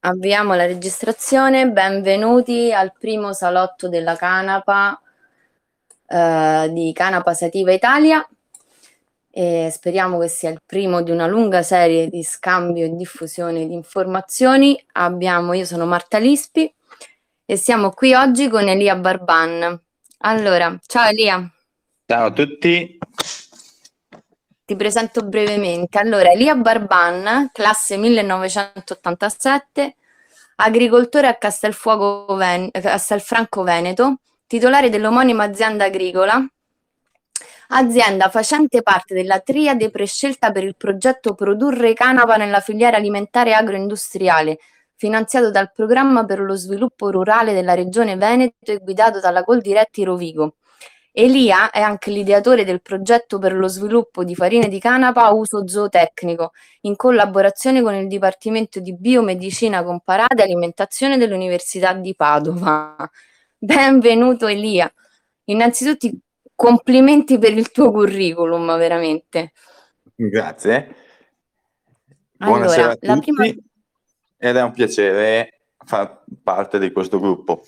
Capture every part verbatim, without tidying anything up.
Avviamo la registrazione, benvenuti al primo salotto della Canapa eh, di Canapa Sativa Italia e speriamo che sia il primo di una lunga serie di scambio e diffusione di informazioni. Abbiamo, io sono Marta Lispi e siamo qui oggi con Elia Barban. Allora, ciao Elia. Ciao a tutti. Ti presento brevemente. Allora, Elia Barban, classe millenovecentottantasette, agricoltore a Castelfuoco Ven- Castelfranco Veneto, titolare dell'omonima azienda agricola, azienda facente parte della triade prescelta per il progetto Produrre Canapa nella filiera alimentare agroindustriale, finanziato dal Programma per lo sviluppo rurale della Regione Veneto e guidato dalla Coldiretti Rovigo. Elia è anche l'ideatore del progetto per lo sviluppo di farine di canapa a uso zootecnico, in collaborazione con il Dipartimento di Biomedicina Comparata e Alimentazione dell'Università di Padova. Benvenuto Elia. Innanzitutto complimenti per il tuo curriculum, veramente. Grazie. Buonasera Allora, a la prima... tutti ed è un piacere far parte di questo gruppo.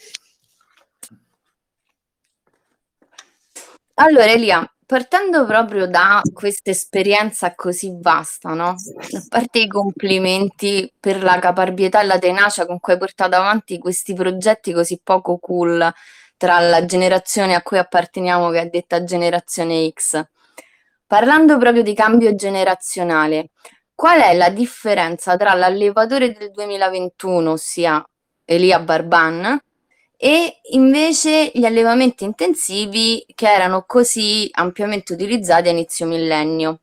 Allora Elia, partendo proprio da questa esperienza così vasta, no? A parte i complimenti per la caparbietà e la tenacia con cui hai portato avanti questi progetti così poco cool tra la generazione a cui apparteniamo, che è detta generazione X. Parlando proprio di cambio generazionale, qual è la differenza tra l'allevatore del duemilaventuno, ossia Elia Barban, e invece gli allevamenti intensivi che erano così ampiamente utilizzati a inizio millennio?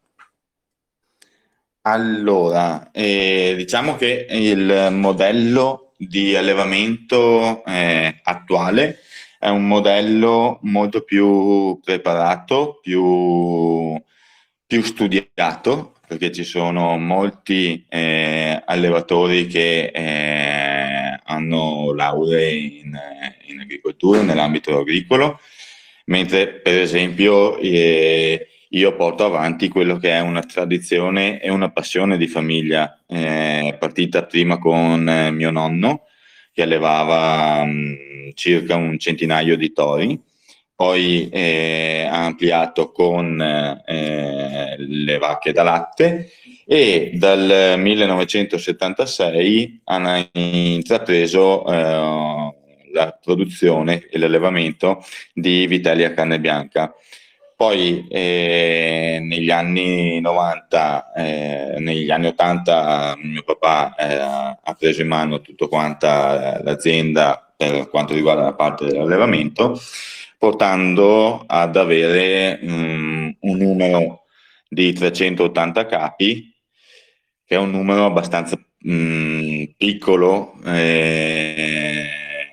Allora, eh, diciamo che il modello di allevamento eh, attuale è un modello molto più preparato, più, più studiato, perché ci sono molti eh, allevatori che eh, hanno lauree in, in agricoltura, nell'ambito agricolo, mentre per esempio eh, io porto avanti quello che è una tradizione e una passione di famiglia, eh, partita prima con eh, mio nonno, che allevava mh, circa un centinaio di tori, poi eh, ha ampliato con eh, le vacche da latte e dal millenovecentosettantasei ha intrapreso eh, la produzione e l'allevamento di vitelli a carne bianca. Poi eh, negli anni novanta, eh, negli anni ottanta mio papà eh, ha preso in mano tutta quanta l'azienda per quanto riguarda la parte dell'allevamento, portando ad avere um, un numero di trecentottanta capi, che è un numero abbastanza mh, piccolo, eh,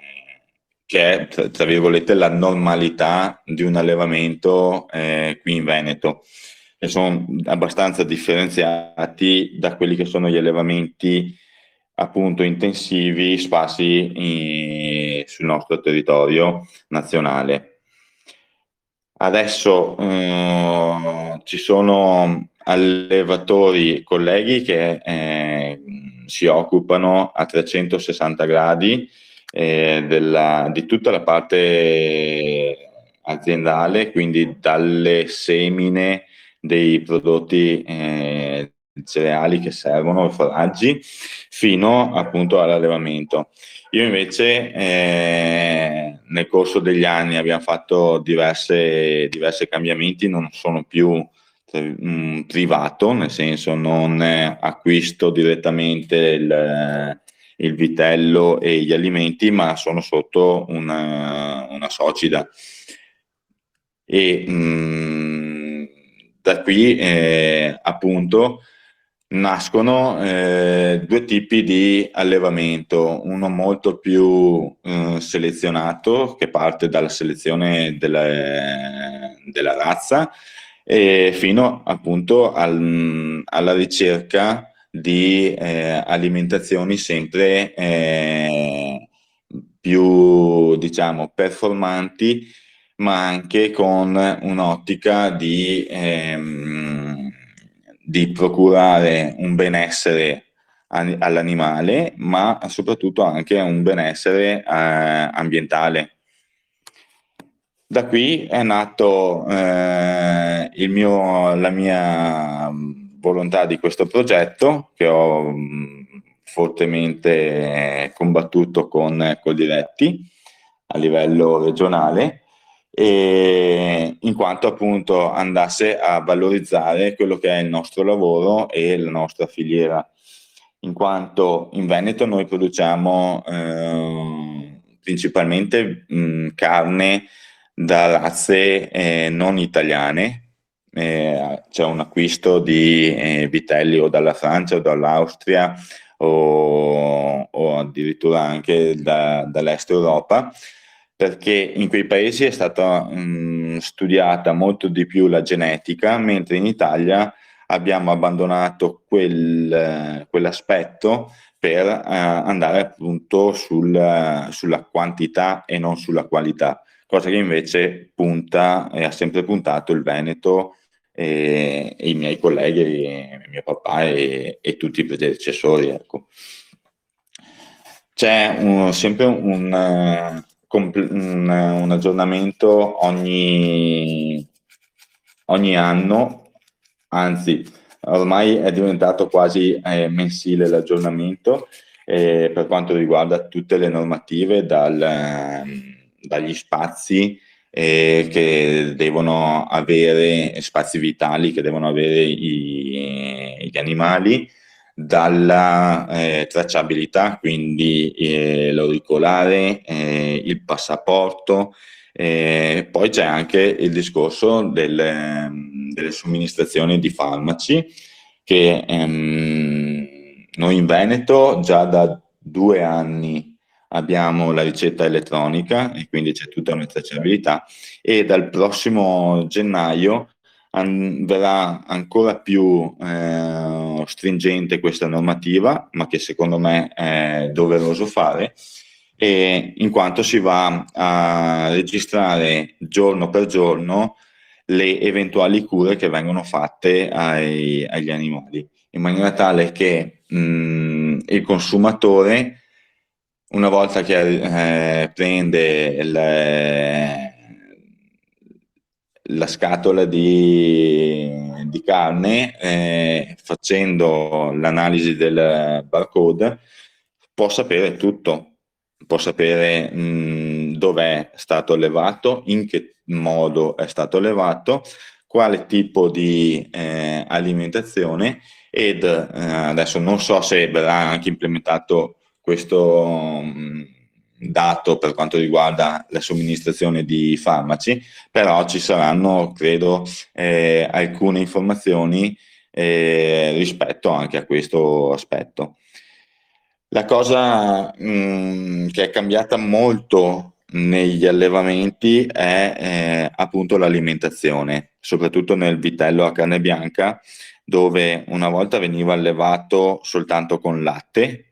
che è, tra, tra virgolette, la normalità di un allevamento eh, qui in Veneto, e sono abbastanza differenziati da quelli che sono gli allevamenti appunto intensivi sparsi in, sul nostro territorio nazionale. Adesso eh, ci sono allevatori, colleghi che eh, si occupano a trecentosessanta gradi eh, della, di tutta la parte aziendale, quindi dalle semine dei prodotti eh, cereali che servono, i foraggi, fino appunto all'allevamento. Io invece eh, nel corso degli anni abbiamo fatto diverse, diversi cambiamenti, non sono più mh, privato, nel senso non acquisto direttamente il, il vitello e gli alimenti, ma sono sotto una, una società. E mh, da qui eh, appunto nascono eh, due tipi di allevamento, uno molto più eh, selezionato, che parte dalla selezione della, della razza, e fino appunto al, alla ricerca di eh, alimentazioni sempre eh, più, diciamo, performanti, ma anche con un'ottica di, ehm, di procurare un benessere all'animale, ma soprattutto anche un benessere eh, ambientale. Da qui è nato eh, il mio, la mia volontà di questo progetto, che ho mh, fortemente combattuto con Coldiretti a livello regionale, e in quanto appunto andasse a valorizzare quello che è il nostro lavoro e la nostra filiera, in quanto in Veneto noi produciamo eh, principalmente mh, carne da razze eh, non italiane. Eh, c'è un acquisto di eh, vitelli o dalla Francia o dall'Austria o, o addirittura anche da, dall'est Europa, perché in quei paesi è stata mh, studiata molto di più la genetica, mentre in Italia abbiamo abbandonato quel, quell'aspetto per eh, andare appunto sul, sulla quantità e non sulla qualità, cosa che invece punta e ha sempre puntato il Veneto e, e i miei colleghi, e mio papà e, e tutti i predecessori, ecco. C'è un- sempre un, eh, compl- un, eh, un aggiornamento ogni, ogni anno, anzi ormai è diventato quasi eh, mensile l'aggiornamento eh, per quanto riguarda tutte le normative dal, ehm, dagli spazi eh, che devono avere, spazi vitali che devono avere i- gli animali, dalla eh, tracciabilità, quindi eh, l'auricolare, eh, il passaporto. Eh, poi c'è anche il discorso delle, delle somministrazioni di farmaci che ehm, noi in Veneto già da due anni abbiamo la ricetta elettronica e quindi c'è tutta una tracciabilità, e dal prossimo gennaio an- verrà ancora più eh, stringente questa normativa, ma che secondo me è doveroso fare, e in quanto si va a registrare giorno per giorno le eventuali cure che vengono fatte ai- agli animali, in maniera tale che mh, il consumatore, una volta che eh, prende il, la scatola di, di carne, eh, facendo l'analisi del barcode, può sapere tutto, può sapere mh, dove è stato allevato, in che modo è stato allevato, quale tipo di eh, alimentazione, ed eh, adesso non so se verrà anche implementato questo mh, dato per quanto riguarda la somministrazione di farmaci, però ci saranno, credo, eh, alcune informazioni eh, rispetto anche a questo aspetto. La cosa mh, che è cambiata molto negli allevamenti è eh, appunto l'alimentazione, soprattutto nel vitello a carne bianca, dove una volta veniva allevato soltanto con latte,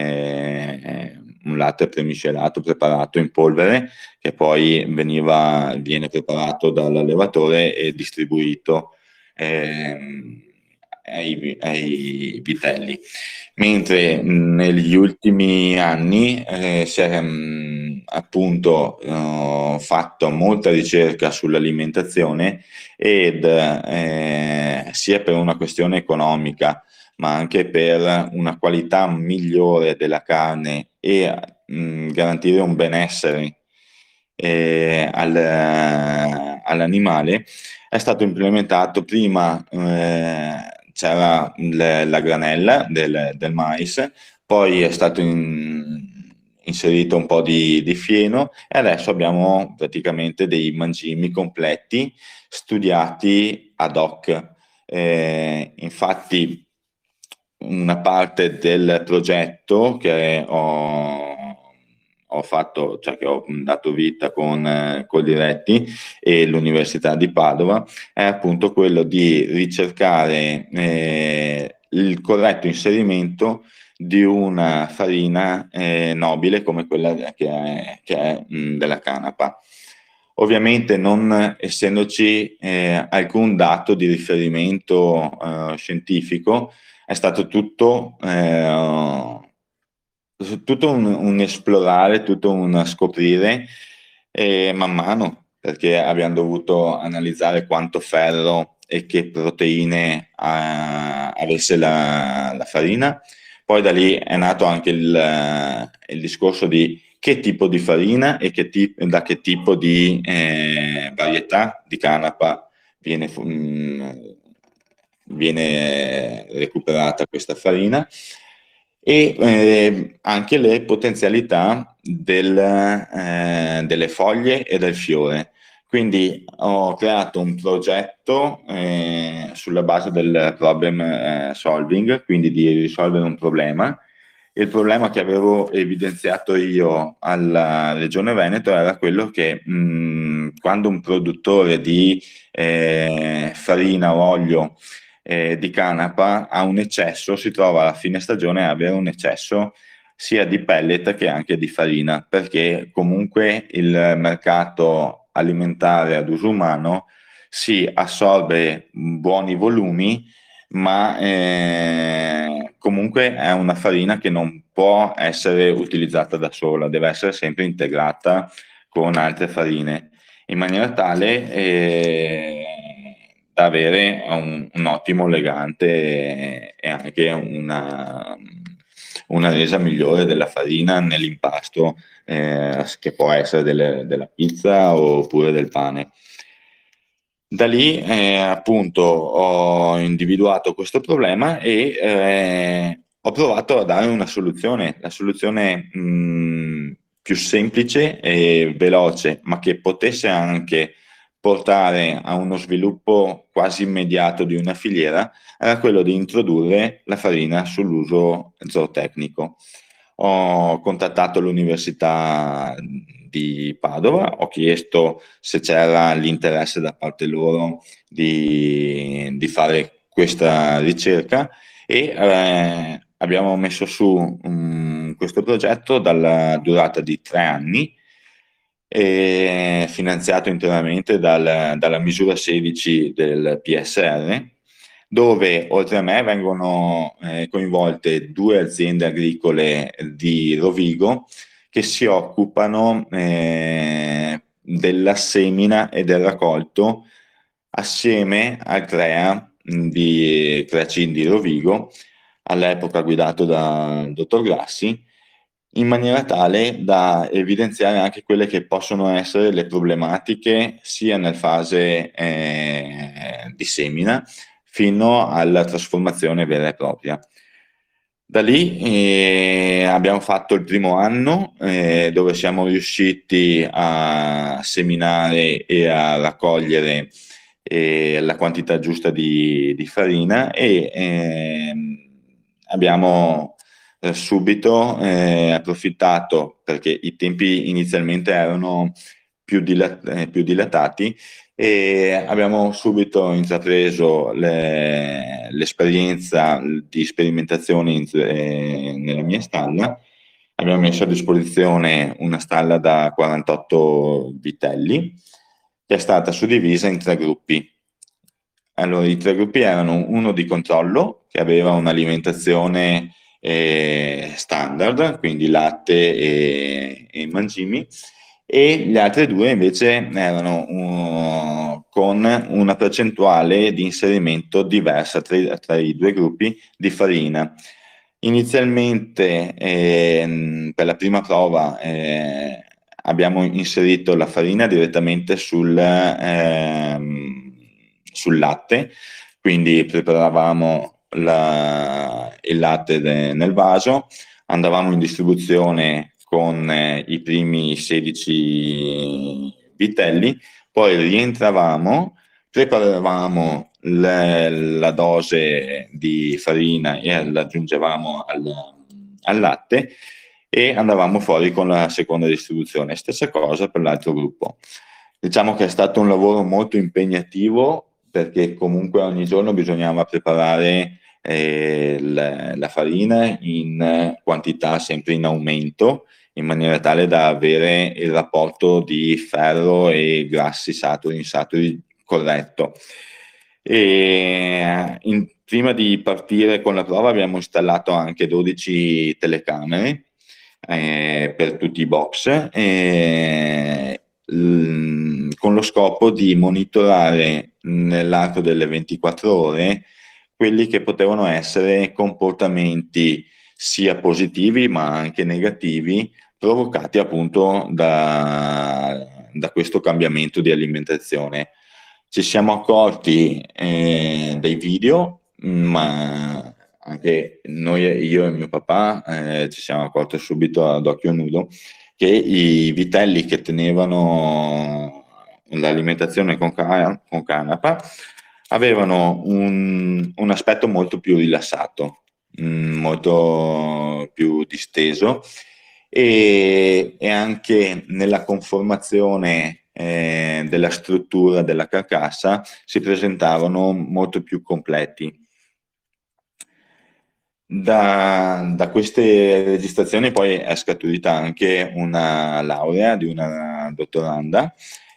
eh, un latte premiscelato, preparato in polvere, che poi veniva, viene preparato dall'allevatore e distribuito ehm, ai, ai vitelli. Mentre mh, negli ultimi anni eh, si è mh, appunto eh, fatto molta ricerca sull'alimentazione, ed eh, sia per una questione economica, ma anche per una qualità migliore della carne e mh, garantire un benessere eh, al, all'animale, è stato implementato prima, eh, c'era il- la granella del, del mais, poi è stato in- inserito un po' di, di fieno, e adesso abbiamo praticamente dei mangimi completi studiati ad hoc. Eh, infatti una parte del progetto che ho, ho fatto, cioè che ho dato vita con eh, Coldiretti e l'Università di Padova, è appunto quello di ricercare eh, il corretto inserimento di una farina eh, nobile come quella che è, che è mh, della canapa. Ovviamente non essendoci eh, alcun dato di riferimento eh, scientifico, è è stato tutto, eh, tutto un, un esplorare, tutto un scoprire e man mano, perché abbiamo dovuto analizzare quanto ferro e che proteine ah, avesse la, la farina. Poi da lì è nato anche il, il discorso di che tipo di farina e che ti- da che tipo di eh, varietà di canapa viene, fu- mh, viene recuperata questa farina e eh, anche le potenzialità del, eh, delle foglie e del fiore. Quindi ho creato un progetto eh, sulla base del problem eh, solving, quindi di risolvere un problema. Il problema che avevo evidenziato io alla Regione Veneto era quello che mh, quando un produttore di eh, farina o olio eh, di canapa ha un eccesso, si trova alla fine stagione a avere un eccesso sia di pellet che anche di farina, perché comunque il mercato alimentare ad uso umano si assorbe buoni volumi, ma eh, comunque è una farina che non può essere utilizzata da sola, deve essere sempre integrata con altre farine, in maniera tale eh, da avere un, un ottimo legante e, e anche una, una resa migliore della farina nell'impasto, eh, che può essere delle- della pizza oppure del pane. Da lì, eh, appunto, ho individuato questo problema e eh, ho provato a dare una soluzione, la soluzione mh, più semplice e veloce, ma che potesse anche portare a uno sviluppo quasi immediato di una filiera, era quello di introdurre la farina sull'uso zootecnico. Ho contattato l'Università di Padova, ho chiesto se c'era l'interesse da parte loro di, di fare questa ricerca e eh, abbiamo messo su um, questo progetto dalla durata di tre anni, e finanziato interamente dal- dalla misura sedici del P S R, dove oltre a me vengono eh, coinvolte due aziende agricole di Rovigo che si occupano eh, della semina e del raccolto assieme al CREA di Creacin di Rovigo, all'epoca guidato dal dottor Grassi, in maniera tale da evidenziare anche quelle che possono essere le problematiche sia nel fase eh, di semina fino alla trasformazione vera e propria. Da lì eh, abbiamo fatto il primo anno eh, dove siamo riusciti a seminare e a raccogliere eh, la quantità giusta di, di farina e ehm, abbiamo eh, subito eh, approfittato perché i tempi inizialmente erano più, dilat- eh, più dilatati e abbiamo subito intrapreso le- l'esperienza di sperimentazione in- eh, nella mia stalla. Abbiamo messo a disposizione una stalla da quarantotto vitelli che è stata suddivisa in tre gruppi. Allora, i tre gruppi erano uno di controllo, che aveva un'alimentazione eh, standard, quindi latte e, e mangimi, e gli altri due invece erano uh, con una percentuale di inserimento diversa tra, i tra i due gruppi di farina. Inizialmente, ehm, per la prima prova, eh, abbiamo inserito la farina direttamente sul, ehm, sul latte, quindi preparavamo la- il latte de- nel vaso, andavamo in distribuzione con eh, i primi sedici vitelli, poi rientravamo, preparavamo le- la dose di farina e la aggiungevamo al, al latte e andavamo fuori con la seconda distribuzione. Stessa cosa per l'altro gruppo. Diciamo che è stato un lavoro molto impegnativo perché comunque ogni giorno bisognava preparare eh, la, la farina in quantità sempre in aumento, in maniera tale da avere il rapporto di ferro e grassi saturi insaturi corretto. E in prima di partire con la prova abbiamo installato anche dodici telecamere eh, per tutti i box, eh, l- con lo scopo di monitorare nell'arco delle ventiquattro ore quelli che potevano essere comportamenti sia positivi ma anche negativi provocati appunto da, da questo cambiamento di alimentazione. Ci siamo accorti eh, dei video, ma anche noi, io e mio papà, eh, ci siamo accorti subito ad occhio nudo che i vitelli che tenevano l'alimentazione con, ca- con canapa avevano un, un aspetto molto più rilassato, mh, molto più disteso e, e anche nella conformazione eh, della struttura della carcassa si presentavano molto più completi. Da, da queste registrazioni poi è scaturita anche una laurea di una dottoranda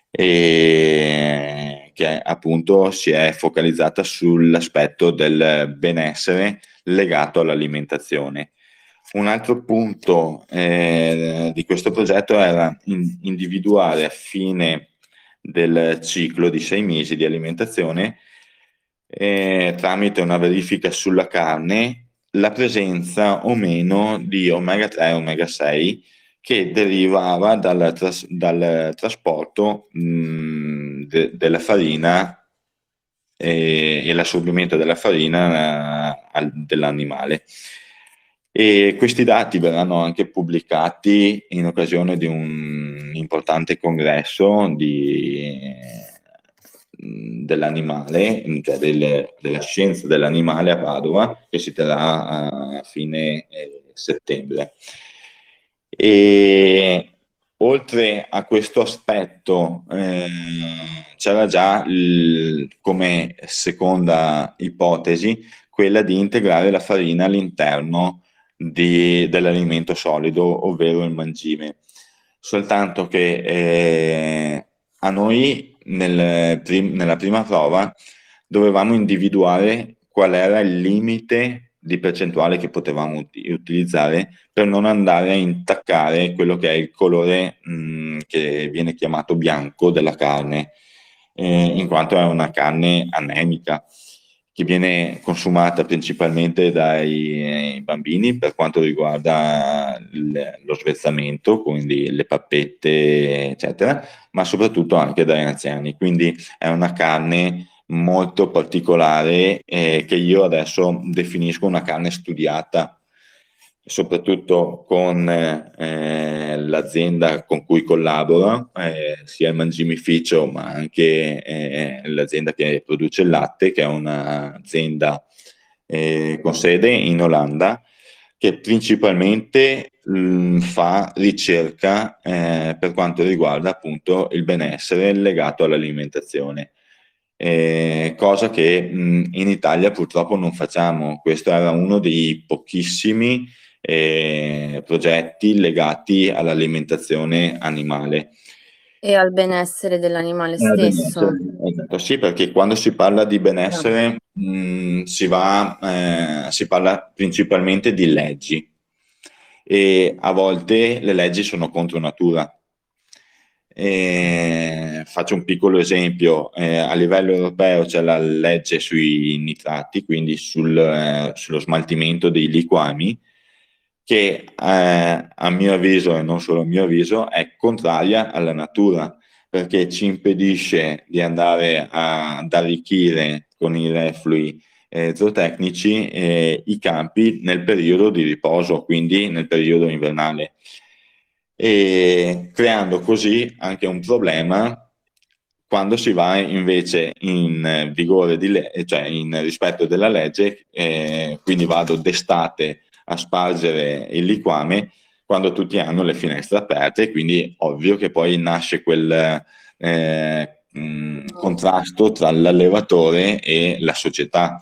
e che appunto si è focalizzata sull'aspetto del benessere legato all'alimentazione. Un altro punto eh, di questo progetto era in- individuare a fine del ciclo di sei mesi di alimentazione, eh, tramite una verifica sulla carne, la presenza o meno di omega tre e omega sei che derivava dal, tras- dal trasporto mh, de- della farina e, e l'assorbimento della farina eh, al- dell'animale. E questi dati verranno anche pubblicati in occasione di un importante congresso di, dell'animale, cioè del, della scienza dell'animale a Padova, che si terrà a fine eh, settembre. E oltre a questo aspetto, eh, c'era già il- come seconda ipotesi quella di integrare la farina all'interno di- dell'alimento solido, ovvero il mangime. Soltanto che eh, a noi nel prim- nella prima prova dovevamo individuare qual era il limite di percentuale che potevamo uti- utilizzare per non andare a intaccare quello che è il colore mh, che viene chiamato bianco della carne, eh, in quanto è una carne anemica che viene consumata principalmente dai bambini per quanto riguarda il- lo svezzamento, quindi le pappette, eccetera, ma soprattutto anche dai anziani. Quindi è una carne molto particolare eh, che io adesso definisco una carne studiata, soprattutto con eh, l'azienda con cui collaboro, eh, sia il Mangimificio ma anche eh, l'azienda che produce il latte, che è un'azienda eh, con sede in Olanda, che principalmente mh, fa ricerca eh, per quanto riguarda appunto il benessere legato all'alimentazione. Eh, cosa che mh, in Italia purtroppo non facciamo. Questo era uno dei pochissimi eh, progetti legati all'alimentazione animale. E al benessere dell'animale Eh, benessere, stesso. esatto. Sì, perché quando si parla di Ah. benessere mh, si va, eh, si parla principalmente di leggi e a volte le leggi sono contro natura. Eh, faccio un piccolo esempio, eh, a livello europeo c'è la legge sui nitrati, quindi sul, eh, sullo smaltimento dei liquami, che eh, a mio avviso e non solo a mio avviso è contraria alla natura, perché ci impedisce di andare a, ad arricchire con i reflui eh, zootecnici eh, i campi nel periodo di riposo, quindi nel periodo invernale, e creando così anche un problema quando si va invece in vigore di le- cioè in rispetto della legge, eh, quindi vado d'estate a spargere il liquame quando tutti hanno le finestre aperte, quindi ovvio che poi nasce quel eh, mh, contrasto tra l'allevatore e la società.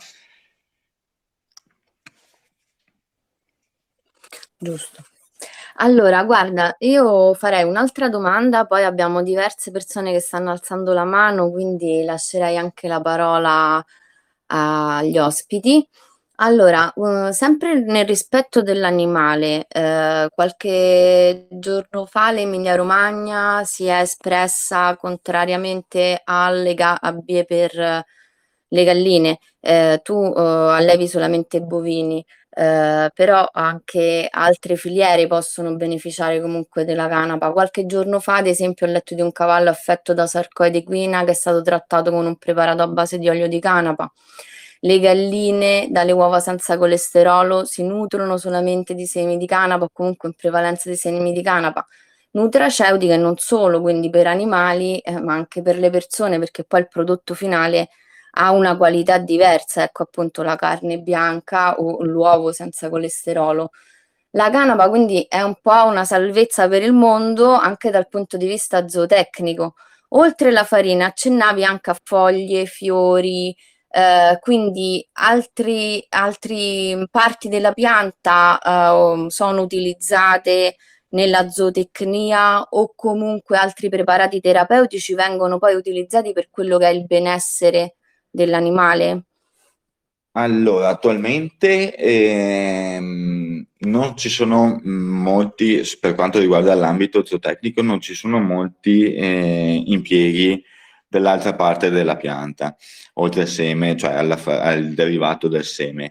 Giusto. Allora, guarda, io farei un'altra domanda, poi abbiamo diverse persone che stanno alzando la mano, quindi lascerei anche la parola agli ospiti. Allora, uh, sempre nel rispetto dell'animale, eh, qualche giorno fa l'Emilia-Romagna si è espressa contrariamente alle gabbie per eh, le galline. Eh, tu uh, allevi solamente bovini, eh, però anche altre filiere possono beneficiare comunque della canapa. Qualche giorno fa, ad esempio, ho letto di un cavallo affetto da sarcoide equina che è stato trattato con un preparato a base di olio di canapa. Le galline dalle uova senza colesterolo si nutrono solamente di semi di canapa o comunque in prevalenza di semi di canapa. Nutraceutica e non solo, quindi per animali, eh, ma anche per le persone, perché poi il prodotto finale ha una qualità diversa, ecco appunto la carne bianca o l'uovo senza colesterolo. La canapa quindi è un po' una salvezza per il mondo anche dal punto di vista zootecnico. Oltre la farina accennavi anche a foglie, fiori, eh, quindi altri, altri parti della pianta eh, sono utilizzate nella zootecnia o comunque altri preparati terapeutici vengono poi utilizzati per quello che è il benessere dell'animale? Allora, attualmente ehm, non ci sono molti, per quanto riguarda l'ambito zootecnico, non ci sono molti eh, impieghi dell'altra parte della pianta, oltre al seme, cioè alla fa- al derivato del seme.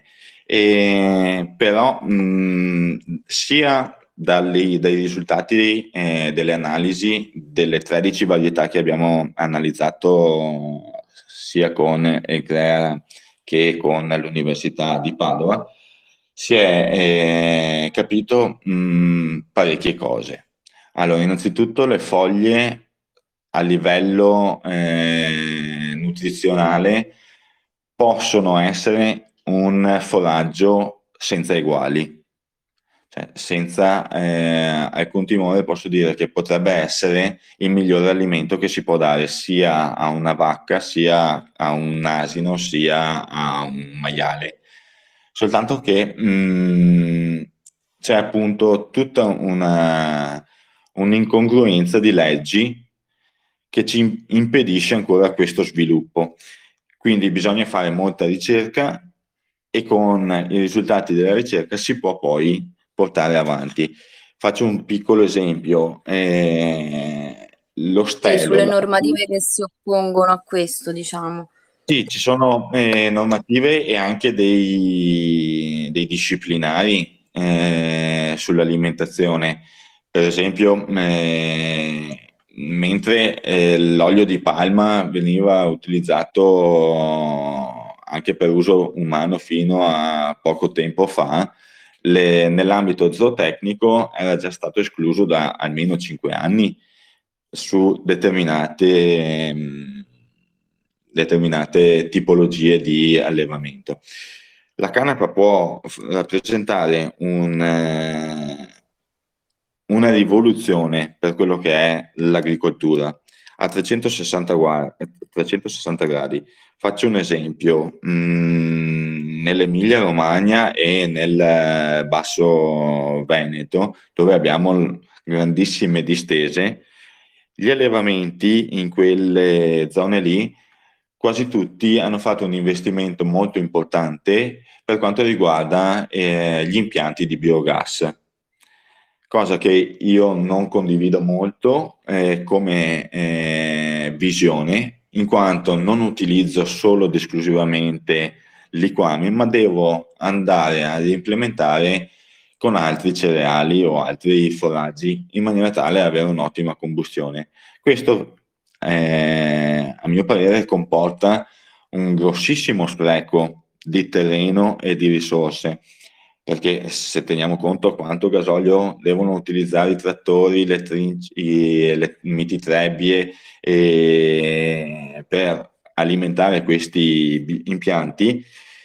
E, però mh, sia dagli- dai risultati eh, delle analisi delle tredici varietà che abbiamo analizzato sia con Eclair che con l'Università di Padova, si è eh, capito mh, parecchie cose. Allora, innanzitutto le foglie a livello eh, nutrizionale possono essere un foraggio senza eguali. Cioè, senza eh, alcun timore posso dire che potrebbe essere il migliore alimento che si può dare sia a una vacca, sia a un asino, sia a un maiale. Soltanto che mh, c'è appunto tutta una, un'incongruenza di leggi che ci impedisce ancora questo sviluppo. Quindi bisogna fare molta ricerca e con i risultati della ricerca si può poi portare avanti. Faccio un piccolo esempio, eh, lo Sì, stelo. sulle La- normative che si oppongono a questo, diciamo. Sì, ci sono eh, normative e anche dei, dei disciplinari eh, sull'alimentazione. Per esempio, eh, mentre eh, l'olio di palma veniva utilizzato anche per uso umano fino a poco tempo fa, le- nell'ambito zootecnico era già stato escluso da almeno cinque anni su determinate, mh, determinate tipologie di allevamento. La canapa può f- rappresentare un, eh, una rivoluzione per quello che è l'agricoltura a trecentosessanta, gua- trecentosessanta gradi. Faccio un esempio, mh, nell'Emilia Romagna e nel eh, Basso Veneto, dove abbiamo grandissime distese, gli allevamenti in quelle zone lì, quasi tutti hanno fatto un investimento molto importante per quanto riguarda eh, gli impianti di biogas, cosa che io non condivido molto eh, come eh, visione, in quanto non utilizzo solo ed esclusivamente liquami, ma devo andare ad implementare con altri cereali o altri foraggi in maniera tale da avere un'ottima combustione. Questo, eh, a mio parere, comporta un grossissimo spreco di terreno e di risorse, perché se teniamo conto quanto gasolio devono utilizzare i trattori, le, trinci, i- le mititrebbie eh, per alimentare questi bi- impianti,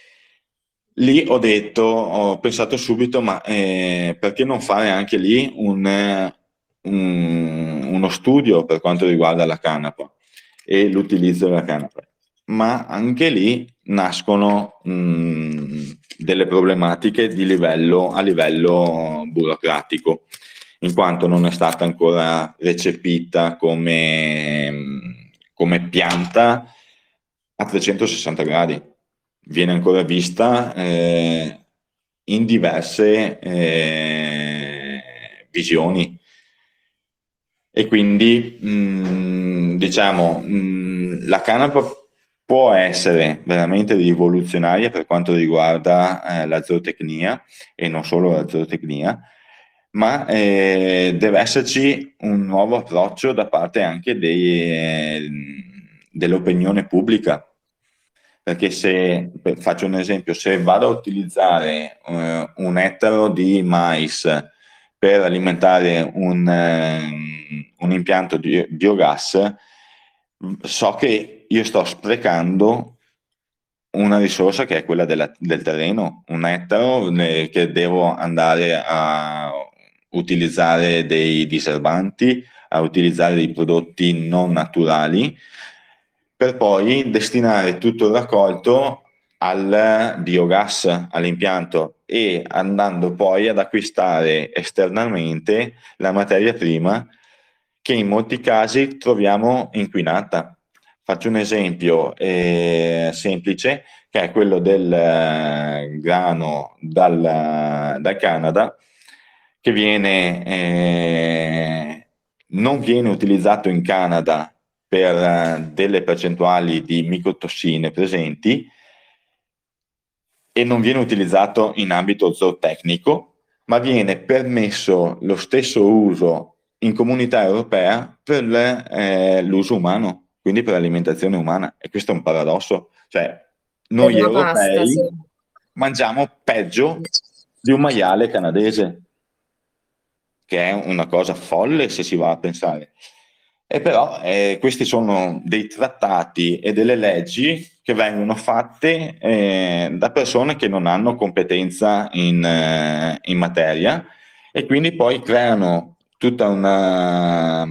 lì ho detto, ho pensato subito, ma eh, perché non fare anche lì un, eh, un- uno studio per quanto riguarda la canapa e l'utilizzo della canapa? Ma anche lì nascono mh, delle problematiche di livello, a livello burocratico, in quanto non è stata ancora recepita come, come pianta a trecentosessanta gradi. viene ancora vista eh, in diverse eh, visioni. E quindi mh, diciamo mh, la canapa può essere veramente rivoluzionaria per quanto riguarda eh, la zootecnia e non solo la zootecnia, ma eh, deve esserci un nuovo approccio da parte anche dei, eh, dell'opinione pubblica. Perché se, per- faccio un esempio, se vado a utilizzare eh, un ettaro di mais per alimentare un, ehm, un impianto di biogas, so che io sto sprecando una risorsa che è quella della- del terreno, un ettaro eh, che devo andare a utilizzare dei diserbanti, a utilizzare dei prodotti non naturali, per poi destinare tutto il raccolto al biogas, all'impianto, e andando poi ad acquistare esternamente la materia prima che in molti casi troviamo inquinata. Faccio un esempio eh, semplice, che è quello del eh, grano dal, dal Canada, che viene, eh, non viene utilizzato in Canada per eh, delle percentuali di micotossine presenti e non viene utilizzato in ambito zootecnico, ma viene permesso lo stesso uso in comunità europea per le, eh, l'uso umano, quindi per l'alimentazione umana. E questo è un paradosso. Cioè, Per noi la pasta, sì. europei mangiamo peggio di un maiale canadese, che è una cosa folle se si va a pensare. E però eh, questi sono dei trattati e delle leggi che vengono fatte eh, da persone che non hanno competenza in, eh, in materia, e quindi poi creano tutta una,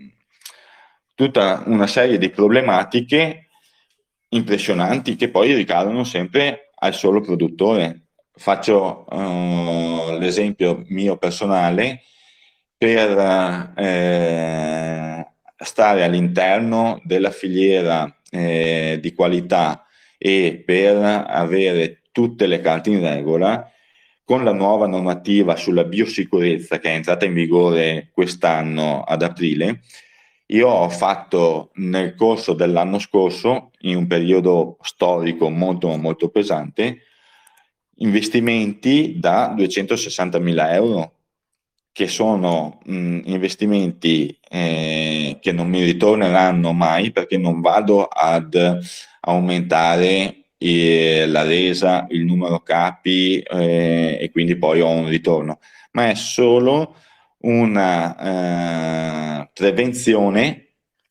tutta una serie di problematiche impressionanti che poi ricadono sempre al solo produttore. Faccio eh, l'esempio mio personale: per eh, stare all'interno della filiera eh, di qualità e per avere tutte le carte in regola, con la nuova normativa sulla biosicurezza che è entrata in vigore quest'anno ad aprile, io ho fatto nel corso dell'anno scorso, in un periodo storico molto molto pesante, investimenti da duecentosessantamila euro, che sono mh, investimenti eh, che non mi ritorneranno mai, perché non vado ad aumentare eh, la resa, il numero capi eh, e quindi poi ho un ritorno, ma è solo una eh, prevenzione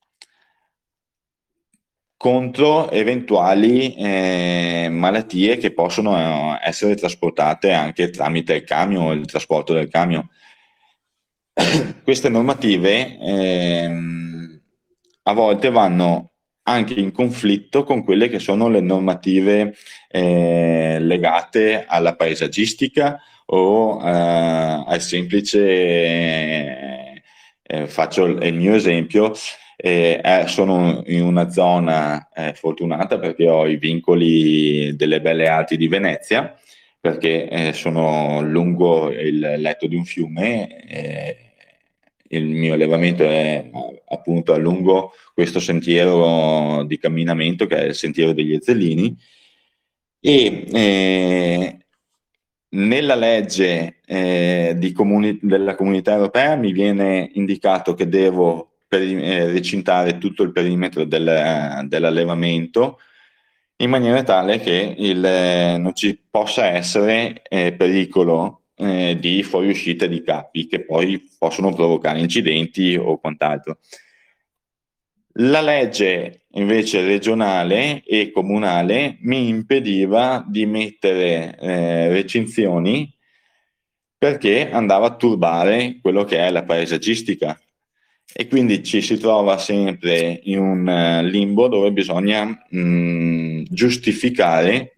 contro eventuali eh, malattie che possono eh, essere trasportate anche tramite il camion, il trasporto del camion. Queste normative ehm, a volte vanno anche in conflitto con quelle che sono le normative eh, legate alla paesaggistica o eh, al semplice, eh, eh, faccio il, il mio esempio, eh, eh, sono in una zona eh, fortunata perché ho i vincoli delle Belle Arti di Venezia, perché eh, sono lungo il letto di un fiume. Eh, il mio allevamento è appunto a lungo questo sentiero di camminamento che è il sentiero degli Ezzellini, e eh, nella legge eh, di comuni- della Comunità Europea mi viene indicato che devo peri- eh, recintare tutto il perimetro del, eh, dell'allevamento, in maniera tale che il, eh, non ci possa essere eh, pericolo eh, di fuoriuscita di capi che poi possono provocare incidenti o quant'altro. La legge invece regionale e comunale mi impediva di mettere eh, recinzioni, perché andava a turbare quello che è la paesaggistica, e quindi ci si trova sempre in un eh, limbo dove bisogna mh, giustificare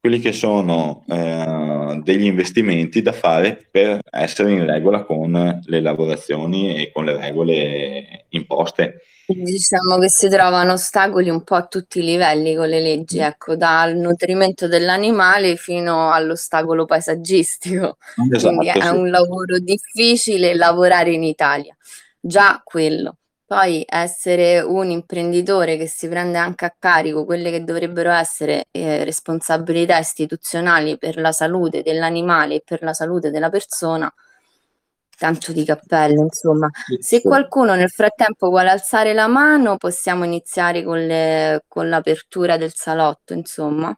quelli che sono eh, degli investimenti da fare per essere in regola con le lavorazioni e con le regole imposte. Diciamo che si trovano ostacoli un po' a tutti i livelli con le leggi, ecco, dal nutrimento dell'animale fino all'ostacolo paesaggistico. Quindi Esatto, è sì. un lavoro difficile lavorare in Italia, già quello. Poi essere un imprenditore che si prende anche a carico quelle che dovrebbero essere eh, responsabilità istituzionali per la salute dell'animale e per la salute della persona, tanto di cappello, insomma. Se Sì. qualcuno nel frattempo vuole alzare la mano, possiamo iniziare con le- con l'apertura del salotto, insomma.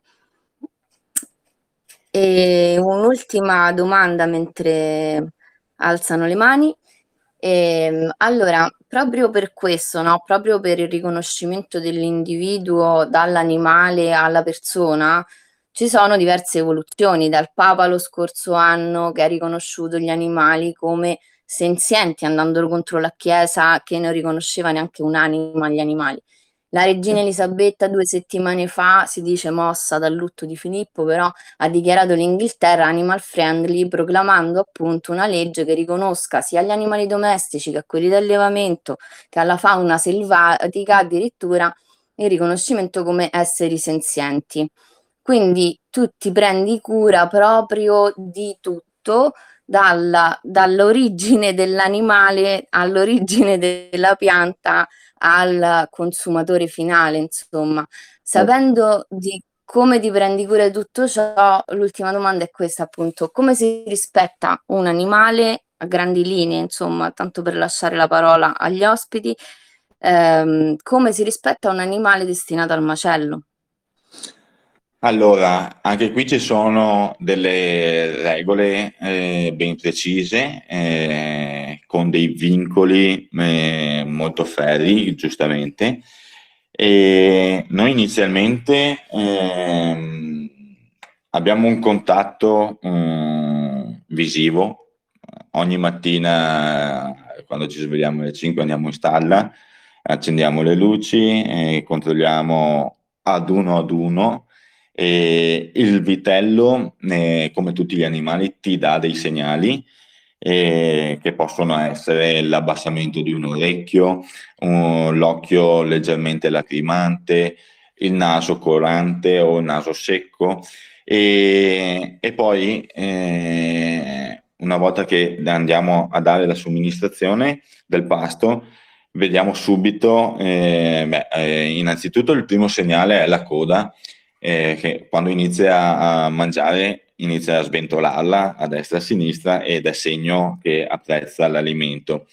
E un'ultima domanda mentre alzano le mani. Ehm, allora, proprio per questo, no? Proprio per il riconoscimento dell'individuo dall'animale alla persona, ci sono diverse evoluzioni, dal Papa lo scorso anno che ha riconosciuto gli animali come senzienti, andando contro la Chiesa che non riconosceva neanche un'anima agli animali. La regina Elisabetta due settimane fa, si dice mossa dal lutto di Filippo, però ha dichiarato l'Inghilterra animal friendly, proclamando appunto una legge che riconosca sia agli animali domestici che a quelli d'allevamento che alla fauna selvatica addirittura il riconoscimento come esseri senzienti. Quindi tu ti prendi cura proprio di tutto, dalla, dall'origine dell'animale all'origine della pianta al consumatore finale, insomma. Sapendo di come ti prendi cura di tutto ciò, l'ultima domanda è questa, appunto, come si rispetta un animale a grandi linee, insomma, tanto per lasciare la parola agli ospiti, ehm, come si rispetta un animale destinato al macello? Allora, anche qui ci sono delle regole eh, ben precise, eh, con dei vincoli eh, molto ferri, giustamente. E noi inizialmente ehm, abbiamo un contatto mm, visivo. Ogni mattina, quando ci svegliamo alle cinque, andiamo in stalla, accendiamo le luci e controlliamo ad uno ad uno. E il vitello, eh, come tutti gli animali, ti dà dei segnali eh, che possono essere l'abbassamento di un orecchio, un- l'occhio leggermente lacrimante, il naso corante o il naso secco. E, e poi, eh, una volta che andiamo a dare la somministrazione del pasto, vediamo subito, eh, beh, eh, innanzitutto il primo segnale è la coda, eh, che quando inizia a mangiare inizia a sventolarla a destra e a sinistra ed è segno che apprezza l'alimento.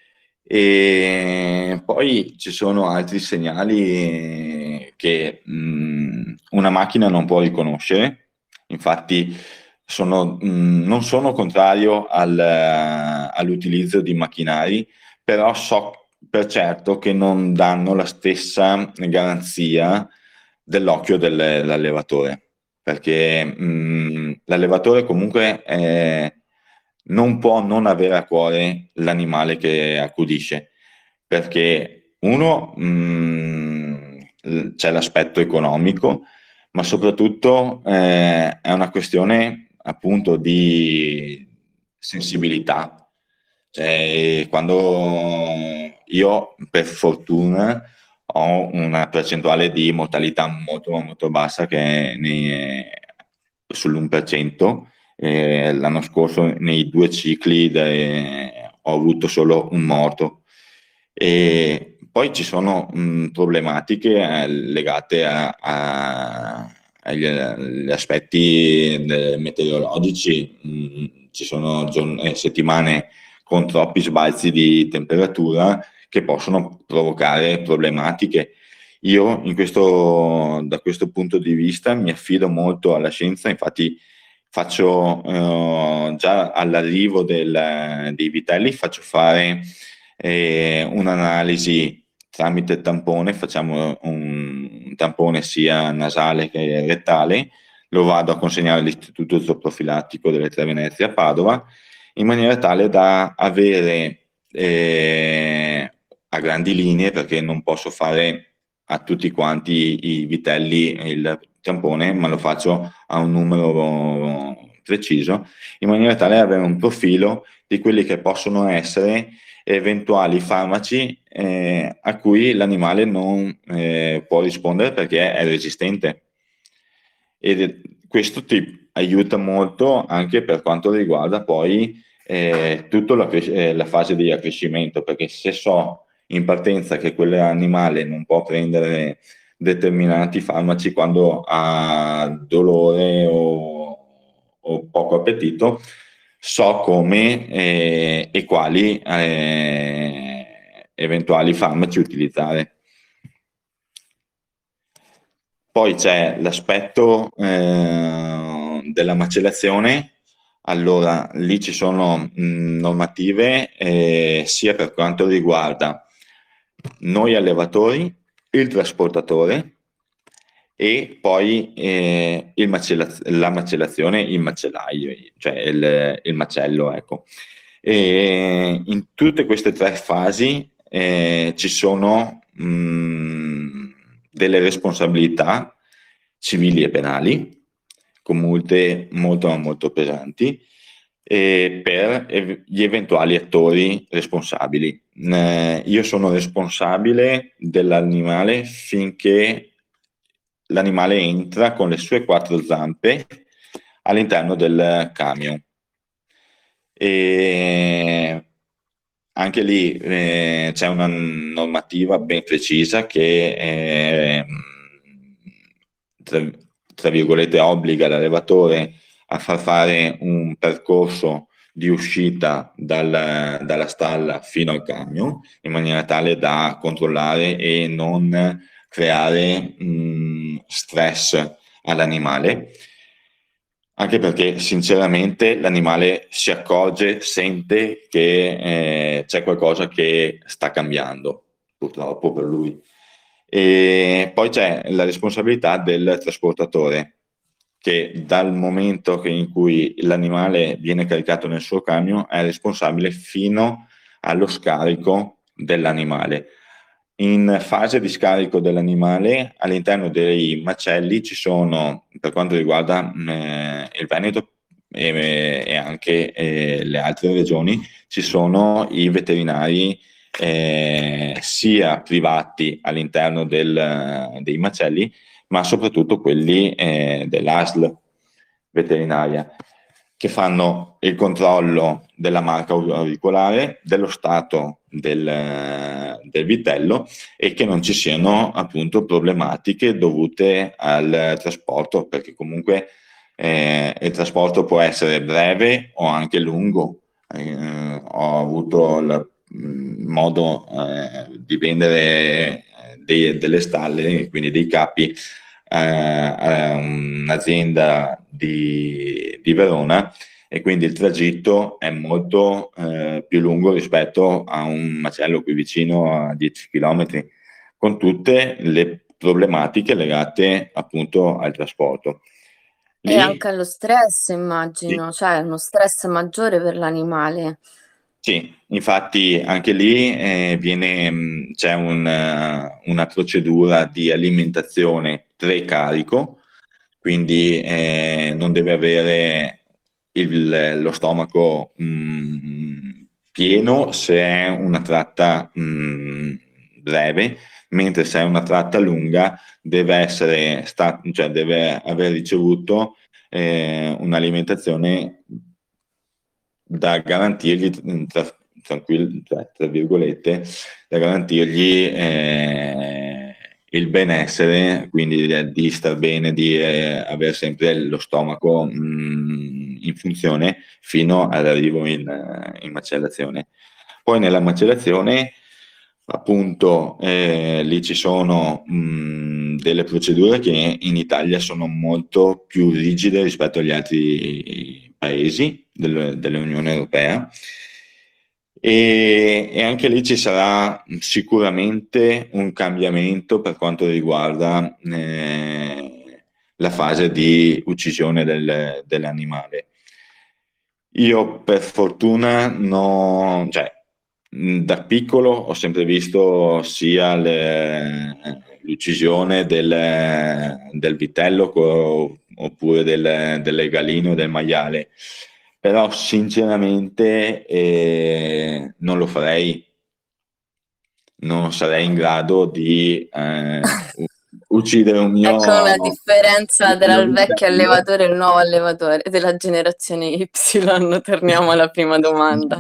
E poi ci sono altri segnali che mh, una macchina non può riconoscere. Infatti sono, mh, non sono contrario al, all'utilizzo di macchinari, però so per certo che non danno la stessa garanzia dell'occhio dell'allevatore, perché mh, l'allevatore comunque eh, non può non avere a cuore l'animale che accudisce, perché uno mh, c'è l'aspetto economico, ma soprattutto eh, è una questione appunto di sensibilità. Cioè, quando io per fortuna ho una percentuale di mortalità molto, molto bassa che è nei- sull'uno per cento. Eh, l'anno scorso nei due cicli de- ho avuto solo un morto. E poi ci sono mh, problematiche eh, legate a- a- agli, agli aspetti de- meteorologici. Mh, ci sono giorn- eh, settimane con troppi sbalzi di temperatura che possono provocare problematiche. Io in questo, da questo punto di vista mi affido molto alla scienza, infatti faccio eh, già all'arrivo del- dei vitelli, faccio fare eh, un'analisi tramite tampone, facciamo un tampone sia nasale che rettale, lo vado a consegnare all'Istituto Zooprofilattico delle Tre Venezie a Padova, in maniera tale da avere eh, a grandi linee, perché non posso fare a tutti quanti i vitelli il tampone, ma lo faccio a un numero preciso, in maniera tale da avere un profilo di quelli che possono essere eventuali farmaci eh, a cui l'animale non eh, può rispondere perché è resistente. Ed questo ti aiuta molto anche per quanto riguarda poi eh, tutta la, eh, la fase di accrescimento, perché se so in partenza che quell'animale non può prendere determinati farmaci quando ha dolore o, o poco appetito, so come eh, e quali eh, eventuali farmaci utilizzare. Poi c'è l'aspetto eh, della macellazione. Allora, lì ci sono mh, normative eh, sia per quanto riguarda noi allevatori, il trasportatore e poi eh, il macella- la macellazione, il macellaio, cioè il, il macello, ecco. E in tutte queste tre fasi eh, ci sono mh, delle responsabilità civili e penali, con multe molto, molto pesanti, eh, per ev- gli eventuali attori responsabili. Eh, io sono responsabile dell'animale finché l'animale entra con le sue quattro zampe all'interno del camion. E anche lì eh, c'è una normativa ben precisa che eh, tra, tra virgolette obbliga l'allevatore a far fare un percorso di uscita dal, dalla stalla fino al camion in maniera tale da controllare e non creare mh, stress all'animale, anche perché sinceramente l'animale si accorge, sente che eh, c'è qualcosa che sta cambiando, purtroppo per lui. E poi c'è la responsabilità del trasportatore, che dal momento che in cui l'animale viene caricato nel suo camion è responsabile fino allo scarico dell'animale. In fase di scarico dell'animale, all'interno dei macelli ci sono, per quanto riguarda eh, il Veneto e, e anche eh, le altre regioni, ci sono i veterinari eh, sia privati all'interno del, dei macelli, ma soprattutto quelli eh, dell'A S L veterinaria, che fanno il controllo della marca auricolare, dello stato del, del vitello e che non ci siano appunto problematiche dovute al trasporto, perché comunque eh, il trasporto può essere breve o anche lungo. Eh, ho avuto il mh, modo eh, di vendere eh, dei, delle stalle, quindi dei capi, eh, a un'azienda di, di Verona, e quindi il tragitto è molto eh, più lungo rispetto a un macello qui vicino a dieci chilometri, con tutte le problematiche legate appunto al trasporto. E Lì anche allo stress, sì, immagino, cioè uno stress maggiore per l'animale. sì, infatti anche lì eh, viene, mh, c'è un, eh, una procedura di alimentazione precarico, quindi eh, non deve avere il- lo stomaco mh, pieno se è una tratta mh, breve, mentre se è una tratta lunga deve essere sta- cioè deve aver ricevuto eh, un'alimentazione da garantirgli, tra, tranquill- cioè, tra virgolette, da garantirgli eh, il benessere, quindi di, di star bene, di eh, avere sempre lo stomaco mh, in funzione fino all'arrivo in, in macellazione. Poi nella macellazione, appunto, eh, lì ci sono mh, delle procedure che in Italia sono molto più rigide rispetto agli altri paesi del- dell'Unione Europea. E, e anche lì ci sarà sicuramente un cambiamento per quanto riguarda eh, la fase di uccisione del- dell'animale. Io per fortuna no, cioè, da piccolo ho sempre visto sia le- l'uccisione del, del vitello co- oppure del, del galino e del maiale, però sinceramente eh, non lo farei, non sarei in grado di eh, u- uccidere un Ecco la mio, differenza un tra mio il vecchio vitello. allevatore e il nuovo allevatore della generazione Y. Torniamo alla prima domanda.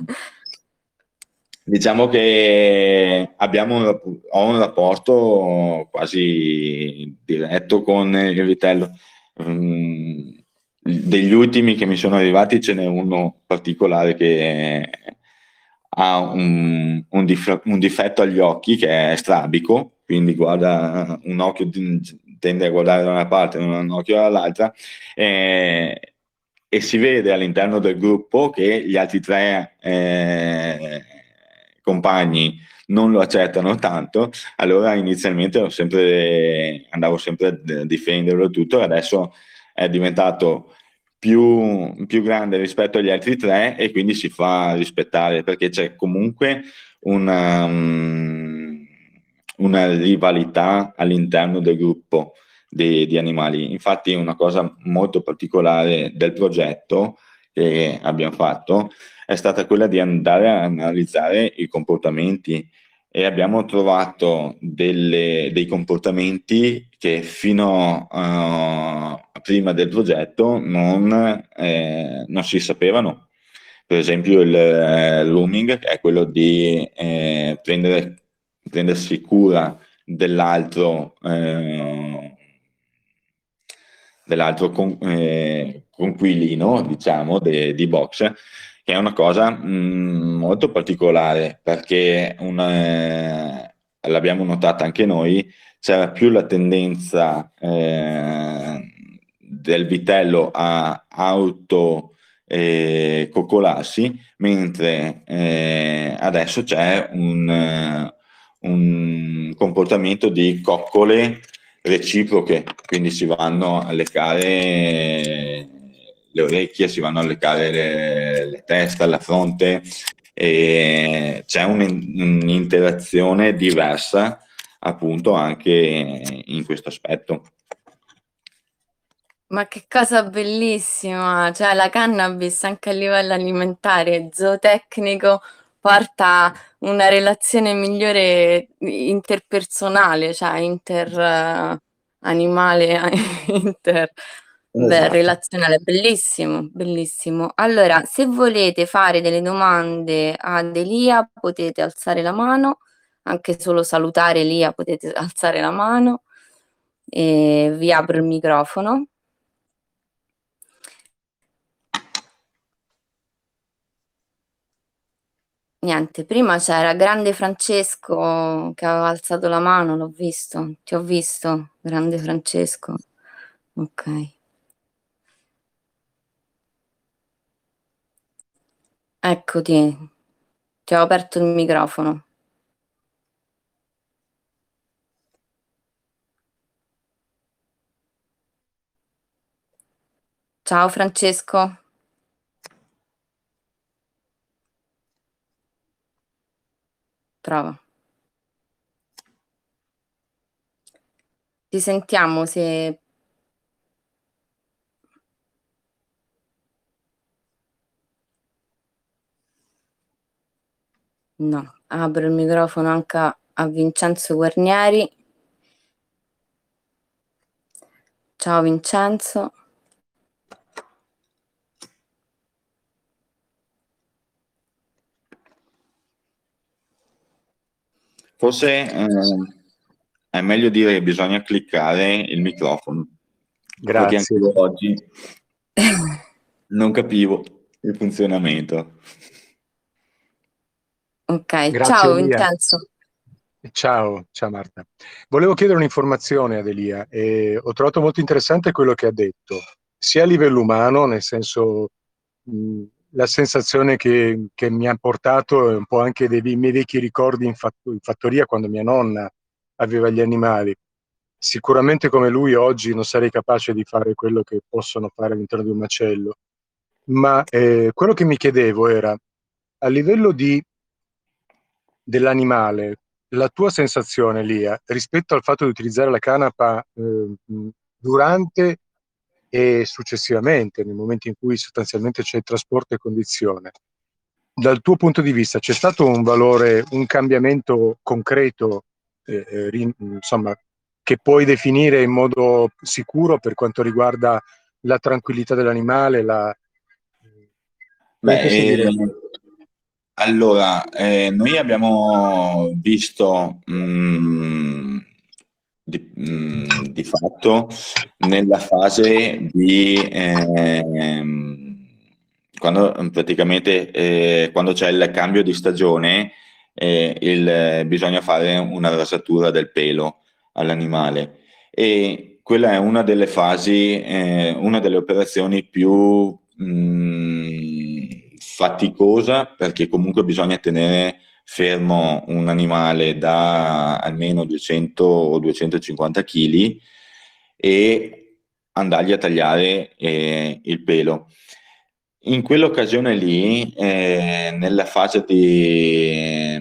Diciamo che abbiamo un, rap- ho un rapporto quasi diretto con il vitello. Mm, degli ultimi che mi sono arrivati ce n'è uno particolare che ha un, un dif- un difetto agli occhi che è strabico, quindi guarda un occhio di- tende a guardare da una parte, un occhio dall'altra, eh, e si vede all'interno del gruppo che gli altri tre eh, compagni non lo accettano tanto, allora inizialmente ero sempre, andavo sempre a difenderlo e tutto, e adesso è diventato più, più grande rispetto agli altri tre e quindi si fa rispettare perché c'è comunque una, um, una rivalità all'interno del gruppo di, di animali. Infatti una cosa molto particolare del progetto che abbiamo fatto è stata quella di andare a analizzare i comportamenti e abbiamo trovato delle- dei comportamenti che fino a prima del progetto non, eh, non si sapevano. Per esempio il eh, rooming, che è quello di eh, prendere, prendersi cura dell'altro eh, dell'altro con- eh, conquilino, diciamo, de- di box, che è una cosa mh, molto particolare perché una- eh, l'abbiamo notata anche noi, c'era più la tendenza eh, del vitello a auto eh, coccolarsi, mentre eh, adesso c'è un, eh, un comportamento di coccole reciproche, quindi si vanno a leccare le orecchie, si vanno a leccare le, le teste, la fronte, e c'è un- un'interazione diversa appunto anche in questo aspetto. Ma che cosa bellissima! Cioè la cannabis anche a livello alimentare, zootecnico, porta una relazione migliore interpersonale, cioè inter eh, animale, inter beh, Esatto. relazionale, bellissimo, bellissimo. Allora, se volete fare delle domande ad Elia, potete alzare la mano, anche solo salutare Elia, potete alzare la mano e vi apro il microfono. Niente, prima c'era grande Francesco che aveva alzato la mano, l'ho visto, ti ho visto, grande Francesco. Ok, eccoti, ti ho aperto il microfono. Ciao Francesco, prova. Ti sentiamo se... No, apro il microfono anche a, a Vincenzo Guarnieri. Ciao Vincenzo. Forse eh, è meglio dire che bisogna cliccare il microfono, perché anche Grazie. io oggi non capivo il funzionamento. Ok, Grazie ciao Elia. Vincenzo. Ciao, ciao Marta. Volevo chiedere un'informazione ad Elia e ho trovato molto interessante quello che ha detto, sia a livello umano, nel senso mh, la sensazione che, che mi ha portato è un po' anche dei, dei miei vecchi ricordi in, fatto- in fattoria quando mia nonna aveva gli animali. Sicuramente come lui oggi non sarei capace di fare quello che possono fare all'interno di un macello, ma eh, quello che mi chiedevo era a livello di dell'animale, la tua sensazione, Lia, rispetto al fatto di utilizzare la canapa eh, durante e successivamente, nel momento in cui sostanzialmente c'è trasporto e condizione, dal tuo punto di vista c'è stato un valore, un cambiamento concreto, eh, eh, rin- insomma, che puoi definire in modo sicuro per quanto riguarda la tranquillità dell'animale? La... Voglio Beh, sentire. eh, allora, eh, noi abbiamo visto mh, di, mh, di fatto nella fase di ehm, quando praticamente eh, quando c'è il cambio di stagione, eh, il- bisogna fare una rasatura del pelo all'animale, e quella è una delle fasi, eh, una delle operazioni più mh, faticosa, perché comunque bisogna tenere fermo un animale da almeno duecento o duecentocinquanta chili e andargli a tagliare eh, il pelo. In quell'occasione lì, eh, nella fase di,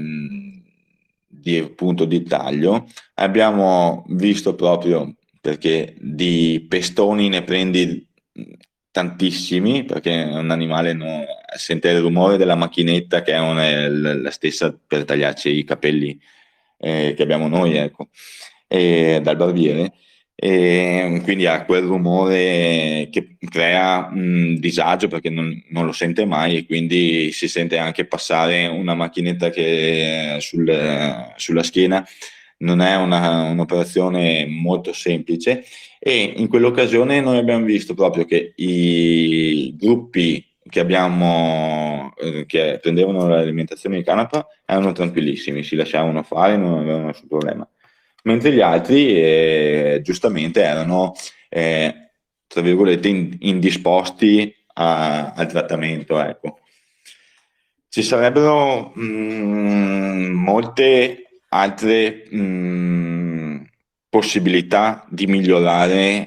di, appunto, di taglio, abbiamo visto proprio, perché di pestoni ne prendi tantissimi, perché un animale non, sente il rumore della macchinetta, che è una- la stessa per tagliarci i capelli eh, che abbiamo noi, ecco, e dal barbiere, e quindi ha quel rumore che crea un disagio, perché non, non lo sente mai, e quindi si sente anche passare una macchinetta che sul- sulla schiena. Non è una- un'operazione molto semplice, e in quell'occasione noi abbiamo visto proprio che i gruppi che abbiamo, eh, che prendevano l'alimentazione di canapa, erano tranquillissimi, si lasciavano fare, non avevano nessun problema, mentre gli altri eh, giustamente erano, eh, tra virgolette, in- indisposti a- al trattamento, ecco. Ci sarebbero mh, molte altre mh, possibilità di migliorare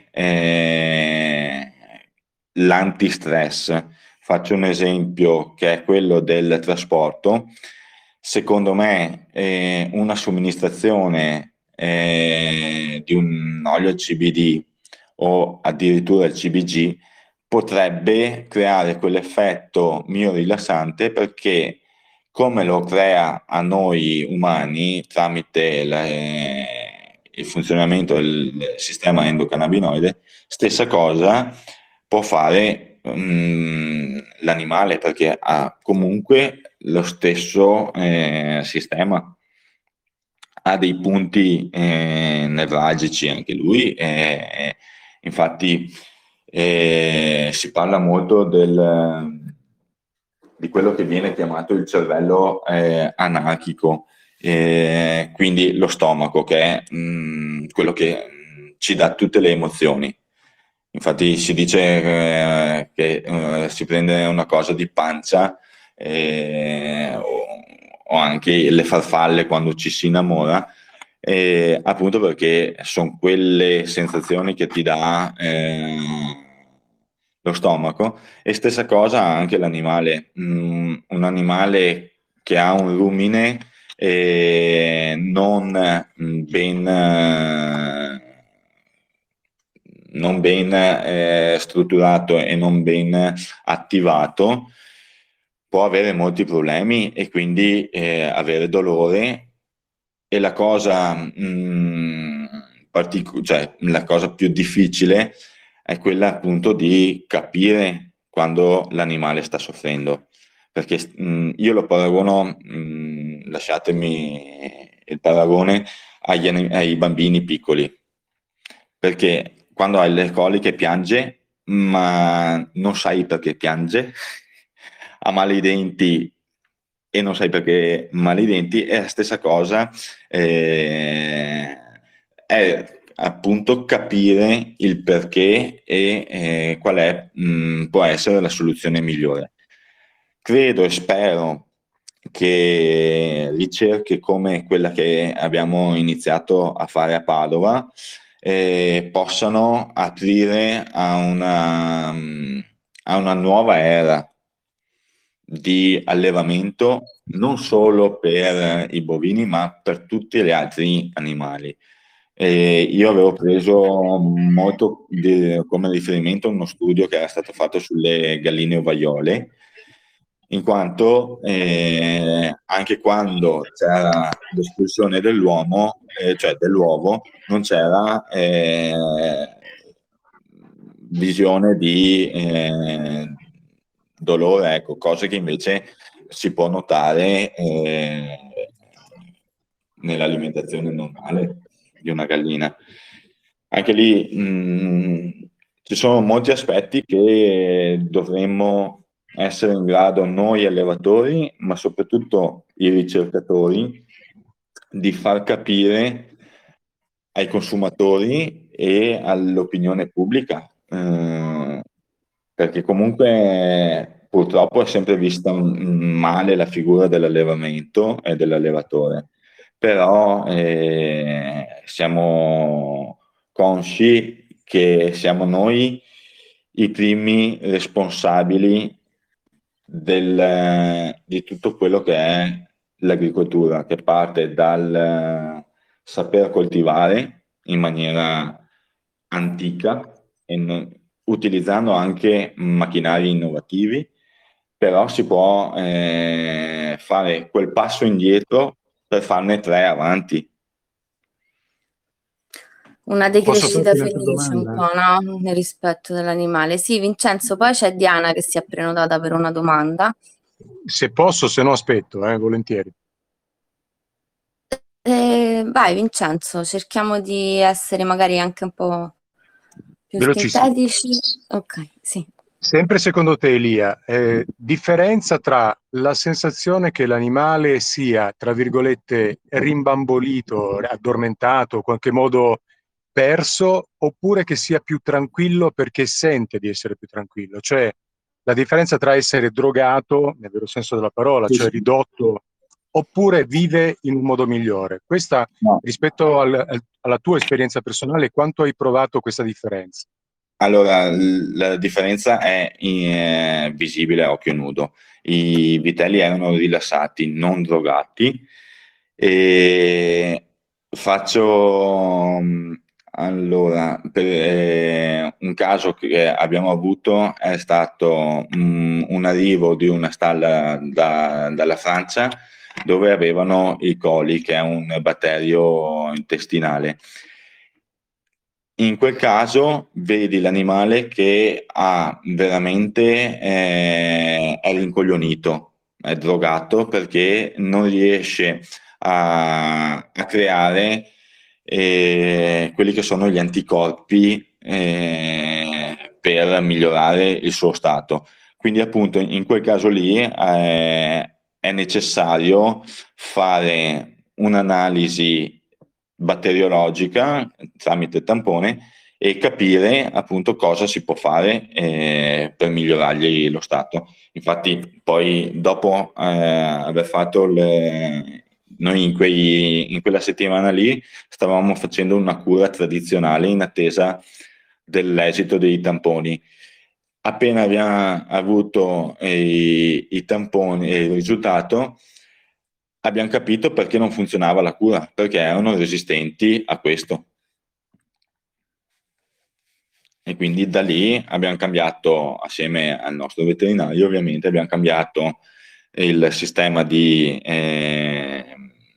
eh, l'antistress. Faccio un esempio, che è quello del trasporto. Secondo me, eh, una somministrazione eh, di un olio C B D o addirittura il C B G potrebbe creare quell'effetto miorilassante, perché come lo crea a noi umani tramite la- eh, il funzionamento del sistema endocannabinoide, stessa cosa può fare mm, l'animale, perché ha comunque lo stesso eh, sistema, ha dei punti eh, nevralgici anche lui, eh, infatti eh, si parla molto del, di quello che viene chiamato il cervello eh, anarchico, eh, quindi lo stomaco, che è mh, quello che mh, ci dà tutte le emozioni. Infatti si dice eh, che eh, si prende una cosa di pancia, eh, o, o anche le farfalle quando ci si innamora, eh, appunto perché sono quelle sensazioni che ti dà eh, lo stomaco. E stessa cosa anche l'animale. Mm, un animale che ha un rumine eh, non mm, ben, eh, non ben eh, strutturato e non ben attivato, può avere molti problemi, e quindi eh, avere dolore. E la cosa, mh, partico- cioè, la cosa più difficile è quella appunto di capire quando l'animale sta soffrendo, perché mh, io lo paragono, mh, lasciatemi il paragone, agli ani- ai bambini piccoli, perché quando hai le coliche piange, ma non sai perché piange, ha male i denti e non sai perché male i denti, è la stessa cosa, eh, è appunto capire il perché e eh, qual è, mh, può essere la soluzione migliore. Credo e spero che ricerche come quella che abbiamo iniziato a fare a Padova eh, possano aprire a una, a una nuova era di allevamento non solo per i bovini, ma per tutti gli altri animali. E io avevo preso molto di- come riferimento uno studio che era stato fatto sulle galline ovaiole, in quanto eh, anche quando c'era l'espulsione dell'uomo, eh, cioè dell'uovo, non c'era eh, visione di eh, dolore, ecco, cose che invece si può notare eh, nell'alimentazione normale di una gallina. Anche lì mh, ci sono molti aspetti che dovremmo essere in grado noi allevatori, ma soprattutto i ricercatori, di far capire ai consumatori e all'opinione pubblica, eh, perché comunque purtroppo è sempre vista male la figura dell'allevamento e dell'allevatore, però eh, siamo consci che siamo noi i primi responsabili del, di tutto quello che è l'agricoltura, che parte dal eh, saper coltivare in maniera antica e non- utilizzando anche macchinari innovativi, però si può eh, fare quel passo indietro per farne tre avanti. Una Posso decrescita farti un'altra felice un domanda? po', no? Nel rispetto dell'animale. Sì, Vincenzo, poi c'è Diana che si è prenotata per una domanda. Se posso, se no aspetto, eh, volentieri. Eh, vai Vincenzo, cerchiamo di essere magari anche un po' più Velocissimo. sintetici. Ok, sì. Sempre secondo te, Elia, eh, differenza tra la sensazione che l'animale sia, tra virgolette, rimbambolito, addormentato, in qualche modo perso, oppure che sia più tranquillo perché sente di essere più tranquillo? Cioè, la differenza tra essere drogato, nel vero senso della parola, Sì, cioè sì. ridotto, oppure vive in un modo migliore. Questa, No. rispetto al- al- alla tua esperienza personale, quanto hai provato questa differenza? Allora, l- la differenza è eh, visibile a occhio nudo. I vitelli erano rilassati, non drogati. E faccio mh, allora, per, eh, un caso che abbiamo avuto è stato mh, un arrivo di una stalla da- dalla Francia dove avevano il coli, che è un batterio intestinale. In quel caso vedi l'animale che ha veramente eh, è rincoglionito, è drogato perché non riesce a, a creare eh, quelli che sono gli anticorpi eh, per migliorare il suo stato. Quindi appunto in quel caso lì eh, è necessario fare un'analisi batteriologica tramite tampone e capire appunto cosa si può fare eh, per migliorargli lo stato. Infatti poi dopo eh, aver fatto le... noi in, quei, in quella settimana lì stavamo facendo una cura tradizionale in attesa dell'esito dei tamponi. Appena abbiamo avuto i, i tamponi e il risultato, abbiamo capito perché non funzionava la cura, perché erano resistenti a questo. E quindi da lì abbiamo cambiato, assieme al nostro veterinario, ovviamente, abbiamo cambiato il sistema di, eh,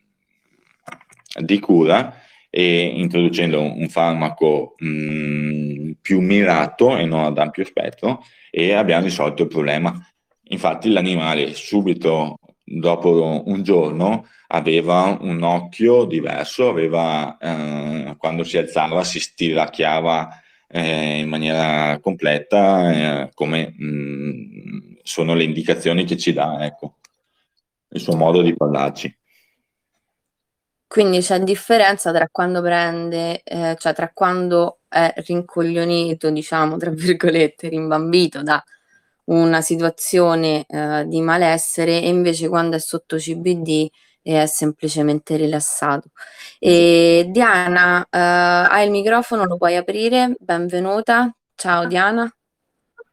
di cura e introducendo un farmaco mh, più mirato e non ad ampio spettro e abbiamo risolto il problema. Infatti l'animale subito dopo un giorno aveva un occhio diverso, aveva, eh, quando si alzava si stiracchiava eh, in maniera completa, eh, come mh, sono le indicazioni che ci dà, ecco, il suo modo di parlarci. Quindi c'è differenza tra quando prende, eh, cioè tra quando è rincoglionito, diciamo, tra virgolette, rimbambito da una situazione eh, di malessere e invece quando è sotto C B D e è semplicemente rilassato. E Diana, eh, hai il microfono, lo puoi aprire? Benvenuta. Ciao Diana.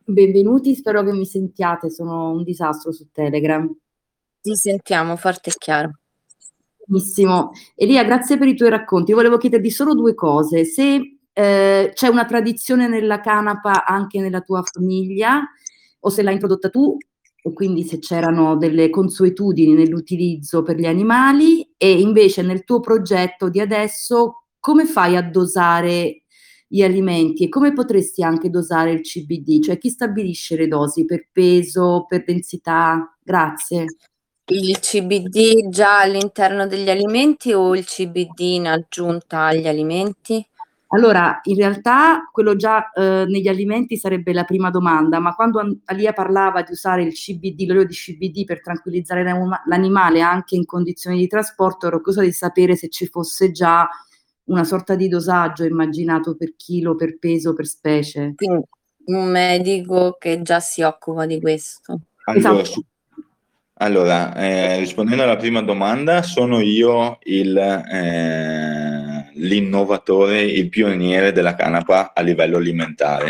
benvenuti, spero che mi sentiate, sono un disastro su Telegram. Ti sentiamo forte e chiaro. Benissimo. Elia, grazie per i tuoi racconti. Io volevo chiederti solo due cose. Se eh, c'è una tradizione nella canapa anche nella tua famiglia, o se l'hai introdotta tu, e quindi se c'erano delle consuetudini nell'utilizzo per gli animali, e invece nel tuo progetto di adesso, come fai a dosare gli alimenti e come potresti anche dosare il C B D? Cioè chi stabilisce le dosi per peso, per densità? Grazie. Il C B D già all'interno degli alimenti o il C B D in aggiunta agli alimenti? Allora, in realtà quello già eh, negli alimenti sarebbe la prima domanda, ma quando An- Alia parlava di usare il C B D, l'olio di C B D per tranquillizzare l'anima- l'animale anche in condizioni di trasporto, ero curiosa di sapere se ci fosse già una sorta di dosaggio immaginato per chilo, per peso, per specie. Quindi un medico che già si occupa di questo. Allora, Esatto. su- allora, eh, rispondendo alla prima domanda, sono io il, eh, l'innovatore, il pioniere della canapa a livello alimentare.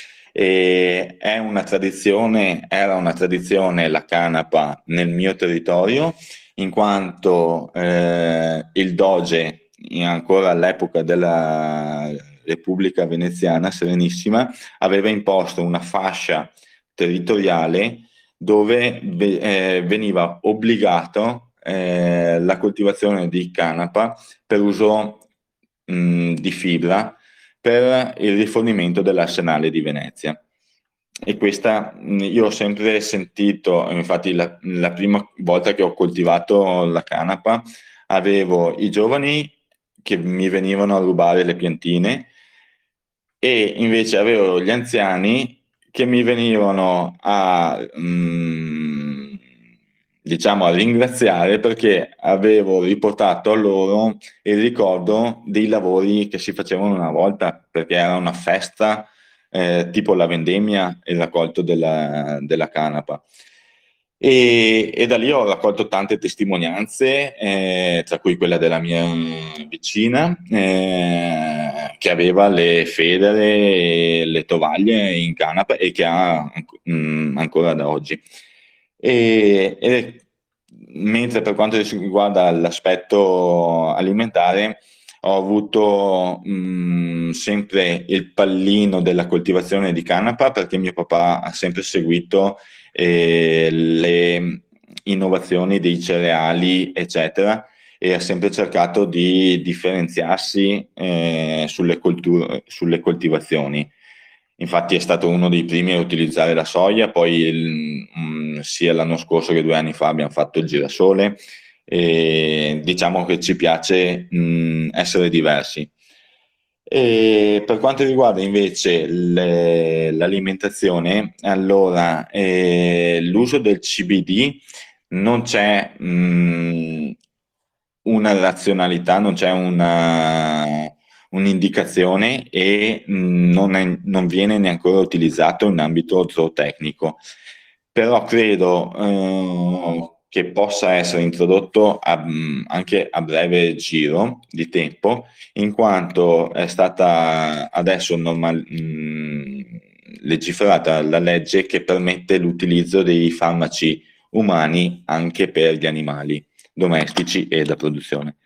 E è una tradizione, era una tradizione la canapa nel mio territorio, in quanto eh, il Doge, in- ancora all'epoca della Repubblica Veneziana Serenissima, aveva imposto una fascia territoriale dove ve- eh, veniva obbligato eh, la coltivazione di canapa per uso mh, di fibra per il rifornimento dell'arsenale di Venezia. E questa mh, io ho sempre sentito, infatti la, la prima volta che ho coltivato la canapa avevo i giovani che mi venivano a rubare le piantine e invece avevo gli anziani che mi venivano a, mm, diciamo, a ringraziare perché avevo riportato a loro il ricordo dei lavori che si facevano una volta, perché era una festa eh, tipo la vendemmia e il raccolto della, della canapa. E, e da lì ho raccolto tante testimonianze, eh, tra cui quella della mia vicina, eh, che aveva le federe e le tovaglie in canapa e che ha mh, ancora da oggi. E, e mentre per quanto riguarda l'aspetto alimentare, ho avuto mh, sempre il pallino della coltivazione di canapa perché mio papà ha sempre seguito eh, le innovazioni dei cereali, eccetera, e ha sempre cercato di differenziarsi eh, sulle, coltu- sulle coltivazioni. Infatti è stato uno dei primi a utilizzare la soia, poi il- mh, sia l'anno scorso che due anni fa abbiamo fatto il girasole e diciamo che ci piace mh, essere diversi. E per quanto riguarda invece le- l'alimentazione, allora eh, l'uso del C B D non c'è mh, una razionalità, non c'è una, un'indicazione e mh, non, è- non viene neanche utilizzato in ambito zootecnico. Però credo eh, che possa essere introdotto a- mh, anche a breve giro di tempo, in quanto è stata adesso normal- mh, legiferata la legge che permette l'utilizzo dei farmaci umani anche per gli animali domestici e da produzione.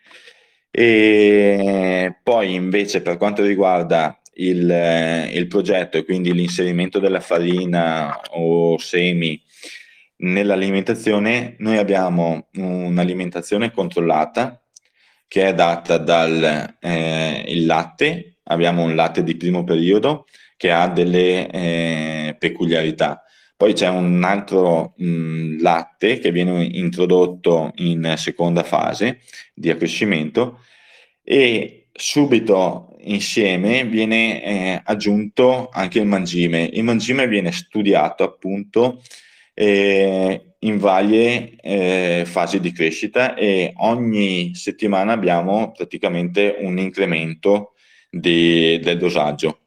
E poi invece per quanto riguarda il, eh, il progetto e quindi l'inserimento della farina o semi nell'alimentazione, noi abbiamo un'alimentazione controllata che è data dal eh, il latte, abbiamo un latte di primo periodo che ha delle eh, peculiarità. Poi c'è un altro mh, latte che viene introdotto in seconda fase di accrescimento e subito insieme viene eh, aggiunto anche il mangime. Il mangime viene studiato appunto eh, in varie eh, fasi di crescita e ogni settimana abbiamo praticamente un incremento di- del dosaggio.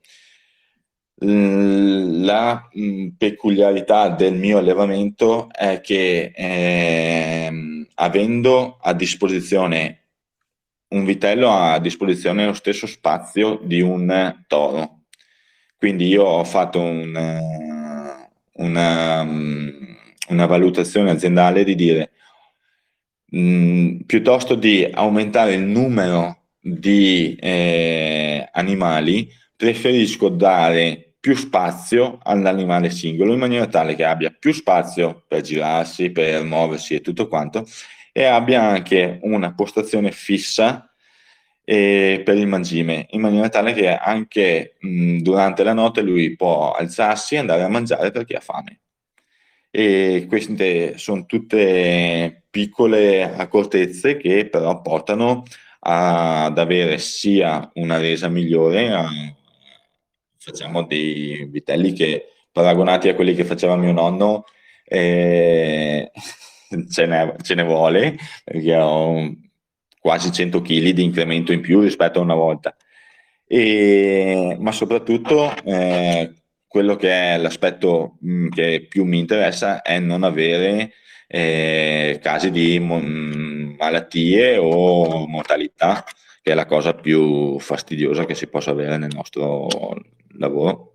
La mh, peculiarità del mio allevamento è che ehm, avendo a disposizione un vitello ha a disposizione lo stesso spazio di un toro. Quindi io ho fatto un, eh, una, una valutazione aziendale di dire mh, piuttosto di aumentare il numero di eh, animali, preferisco dare più spazio all'animale singolo in maniera tale che abbia più spazio per girarsi, per muoversi e tutto quanto, e abbia anche una postazione fissa eh, per il mangime, in maniera tale che anche mh, durante la notte lui può alzarsi e andare a mangiare perché ha fame. E queste sono tutte piccole accortezze che però portano a- ad avere sia una resa migliore, a- facciamo dei vitelli che paragonati a quelli che faceva mio nonno, eh, ce ne, ce ne vuole, perché ho un- quasi cento chili di incremento in più rispetto a una volta. E, ma soprattutto eh, quello che è l'aspetto mh, che più mi interessa è non avere eh, casi di mo- mh, malattie o mortalità, che è la cosa più fastidiosa che si possa avere nel nostro lavoro.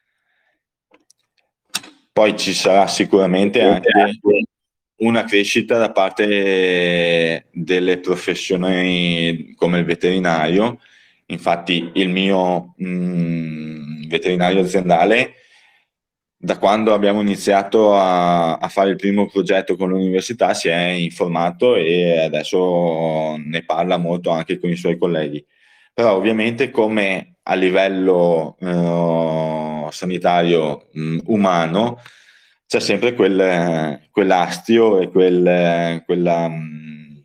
Poi ci sarà sicuramente anche una crescita da parte delle professioni come il veterinario. Infatti il mio mh, veterinario aziendale, da quando abbiamo iniziato a, a fare il primo progetto con l'università, si è informato e adesso ne parla molto anche con i suoi colleghi. Però ovviamente come a livello eh, sanitario mh, umano c'è sempre quel, quell'astio e quel, quella mh,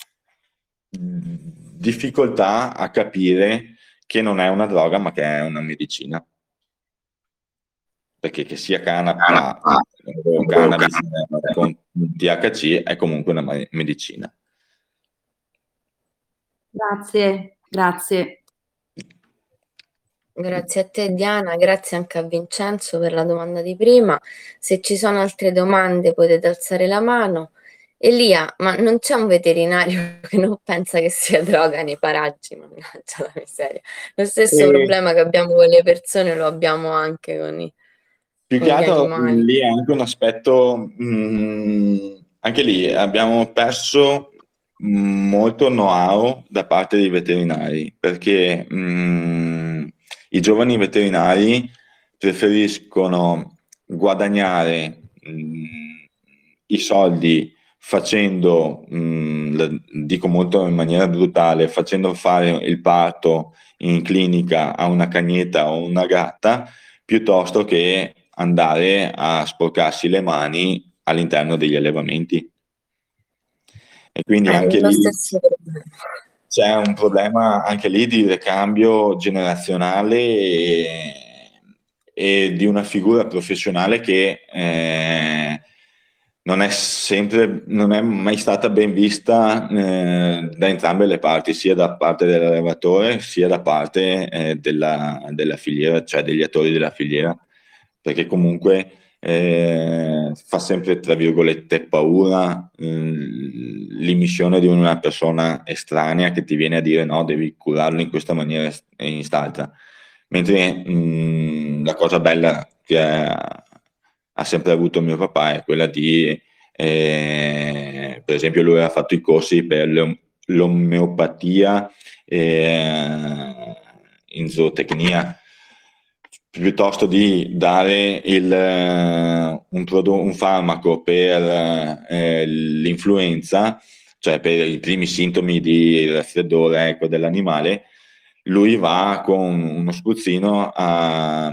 difficoltà a capire che non è una droga ma che è una medicina. Perché che sia canapa o cannabis con T H C è comunque una medicina. Grazie, grazie. Grazie a te Diana, grazie anche a Vincenzo per la domanda di prima. Se ci sono altre domande potete alzare la mano. Elia, ma non c'è un veterinario che non pensa che sia droga nei paraggi? Mannaggia la miseria. Lo stesso E problema che abbiamo con le persone lo abbiamo anche con, i, più con che gli altro animali. lì è anche un aspetto, mh, anche lì abbiamo perso mh, molto know-how da parte dei veterinari, perché mh, i giovani veterinari preferiscono guadagnare mh, i soldi facendo, mh, la- dico molto in maniera brutale, facendo fare il parto in clinica a una cagnetta o una gatta, piuttosto che andare a sporcarsi le mani all'interno degli allevamenti. E quindi Eh, anche lo lì stesso problema. c'è un problema anche lì di ricambio generazionale e, e di una figura professionale che eh, non è sempre, non è mai stata ben vista eh, da entrambe le parti, sia da parte dell'allevatore sia da parte eh, della, della filiera, cioè degli attori della filiera, perché comunque eh, fa sempre, tra virgolette, paura eh, l'immissione di una persona estranea che ti viene a dire no, devi curarlo in questa maniera e in quest'altra. Mentre mh, la cosa bella che ha, ha sempre avuto mio papà è quella di, eh, per esempio, lui ha fatto i corsi per l'om- l'omeopatia eh, in zootecnia, piuttosto di dare il, eh, un, prodo- un farmaco per eh, l'influenza, cioè per i primi sintomi di raffreddore, ecco, dell'animale, lui va con uno spruzzino a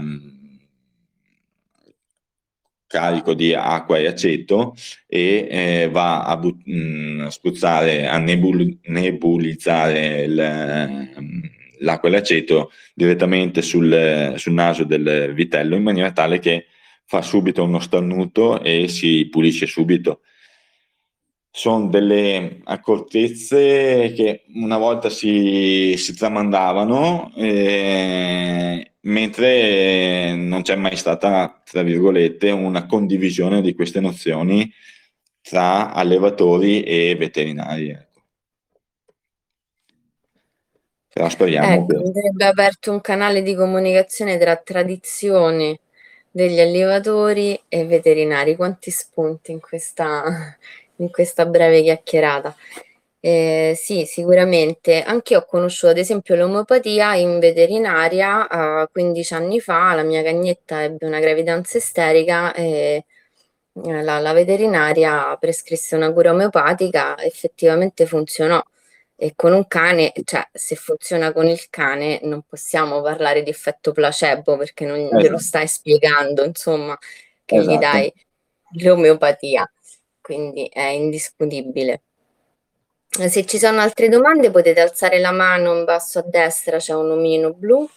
carico di acqua e aceto e eh, va a but- mh, spruzzare, a nebul- nebulizzare il, ehm, l'acqua e l'aceto direttamente sul, sul naso del vitello in maniera tale che fa subito uno starnuto e si pulisce subito. Sono delle accortezze che una volta si, si tramandavano, eh, mentre non c'è mai stata, tra virgolette, una condivisione di queste nozioni tra allevatori e veterinari. Ecco. Però speriamo Ecco, che... andrebbe aperto un canale di comunicazione tra tradizioni degli allevatori e veterinari. Quanti spunti in questa, in questa breve chiacchierata. Eh, sì, sicuramente. Anche io ho conosciuto ad esempio l'omeopatia in veterinaria eh, quindici anni fa. La mia cagnetta ebbe una gravidanza isterica e eh, la, la veterinaria prescrisse una cura omeopatica, effettivamente funzionò. E con un cane, cioè se funziona con il cane non possiamo parlare di effetto placebo perché non glielo Esatto, stai spiegando, insomma, che gli esatto. dai l'omeopatia, quindi è indiscutibile. Eh, Se ci sono altre domande potete alzare la mano in basso a destra, c'è un omino blu.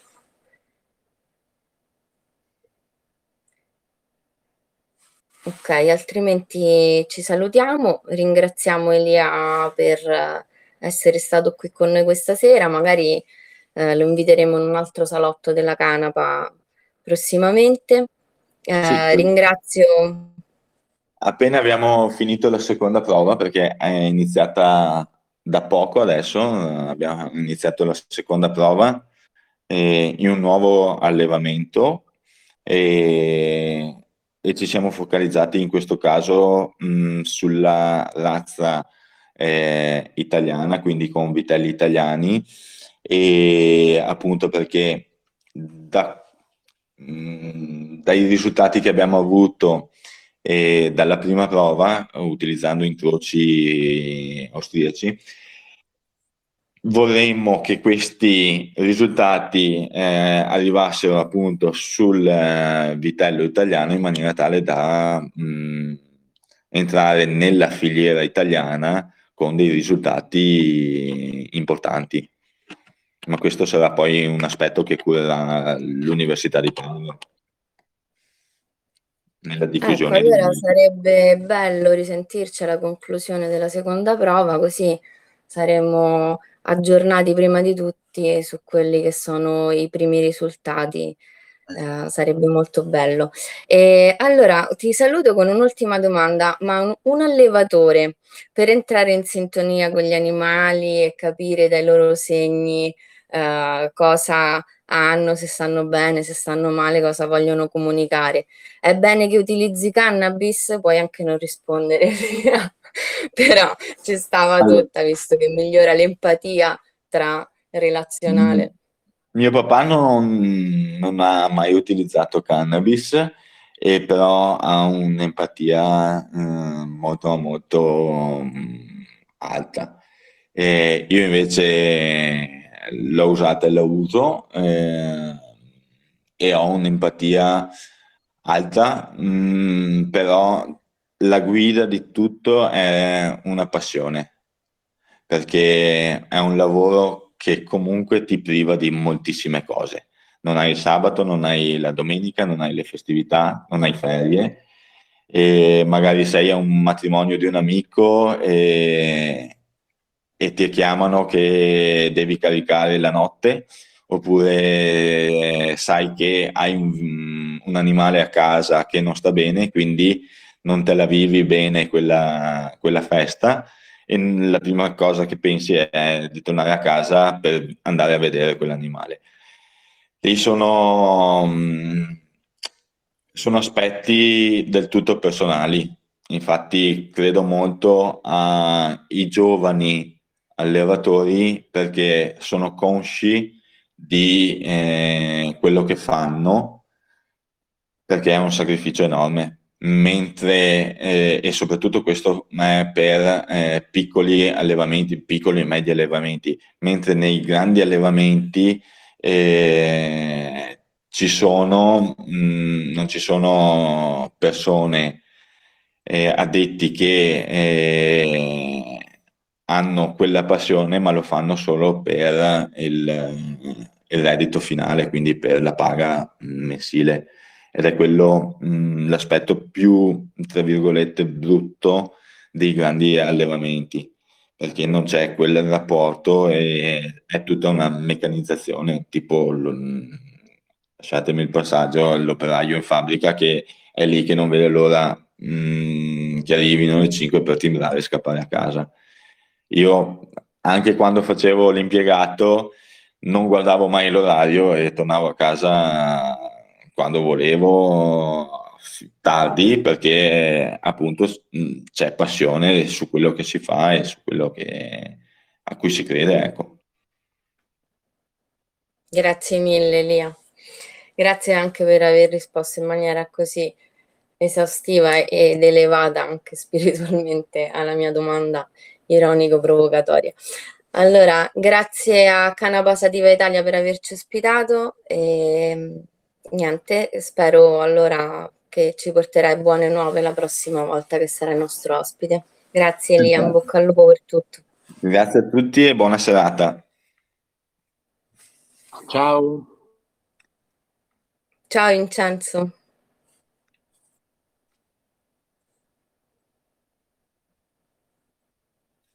Ok, altrimenti ci salutiamo. Ringraziamo Elia per eh, essere stato qui con noi questa sera. Magari eh, lo inviteremo in un altro salotto della Canapa prossimamente. Sì, Eh, poi ringrazio. appena abbiamo finito la seconda prova, perché è iniziata da poco adesso, eh, abbiamo iniziato la seconda prova eh, in un nuovo allevamento e, e ci siamo focalizzati in questo caso mh, sulla razza eh, italiana, quindi con vitelli italiani, e appunto perché da, mh, dai risultati che abbiamo avuto e dalla prima prova, utilizzando incroci austriaci, vorremmo che questi risultati eh, arrivassero appunto sul eh, vitello italiano in maniera tale da mh, entrare nella filiera italiana con dei risultati importanti. Ma questo sarà poi un aspetto che curerà l'Università di Padova nella Ecco, diffusione allora di... sarebbe bello risentirci alla conclusione della seconda prova, così saremo aggiornati prima di tutti su quelli che sono i primi risultati. Eh, sarebbe molto bello. E allora ti saluto con un'ultima domanda, ma un, un allevatore per entrare in sintonia con gli animali e capire dai loro segni eh, cosa hanno, se stanno bene, se stanno male, cosa vogliono comunicare. È bene che utilizzi cannabis? Puoi anche non rispondere, però ci stava Allora, tutta, visto che migliora l'empatia tra mm, relazionale. mio papà non, non ha mai utilizzato cannabis, e però ha un'empatia eh, molto, molto mm, alta. E io invece l'ho usata e la uso eh, e ho un'empatia alta, mm, però la guida di tutto è una passione, perché è un lavoro che comunque ti priva di moltissime cose. Non hai il sabato, non hai la domenica, non hai le festività, non hai ferie, e magari sei a un matrimonio di un amico e, e ti chiamano che devi caricare la notte, oppure sai che hai un, un animale a casa che non sta bene, quindi non te la vivi bene quella, quella festa, e la prima cosa che pensi è di tornare a casa per andare a vedere quell'animale. Lì sono, mh, sono aspetti del tutto personali. Infatti credo molto ai giovani allevatori perché sono consci di eh, quello che fanno, perché è un sacrificio enorme. Mentre, eh, e soprattutto questo è per eh, piccoli allevamenti, piccoli e medi allevamenti, mentre nei grandi allevamenti eh, ci sono, mh, non ci sono persone eh, addetti che eh, hanno quella passione, ma lo fanno solo per il, il reddito finale, quindi per la paga mensile. Ed è quello mh, l'aspetto più, tra virgolette, brutto dei grandi allevamenti, perché non c'è quel rapporto e è tutta una meccanizzazione, tipo, lo- lasciatemi il passaggio, l'operaio in fabbrica che è lì che non vede l'ora mh, che arrivino le cinque per timbrare e scappare a casa. Io, anche quando facevo l'impiegato, non guardavo mai l'orario e tornavo a casa quando volevo, tardi, perché appunto mh, c'è passione su quello che si fa e su quello che, a cui si crede, ecco. Grazie mille, Elia. Grazie anche per aver risposto in maniera così esaustiva ed elevata anche spiritualmente alla mia domanda ironico-provocatoria. Allora, grazie a Canapa Sativa Italia per averci ospitato e niente, spero allora che ci porterai buone nuove la prossima volta che sarai nostro ospite. Grazie Elia, in bocca al lupo per tutto. Grazie a tutti e buona serata. Ciao. Ciao Vincenzo.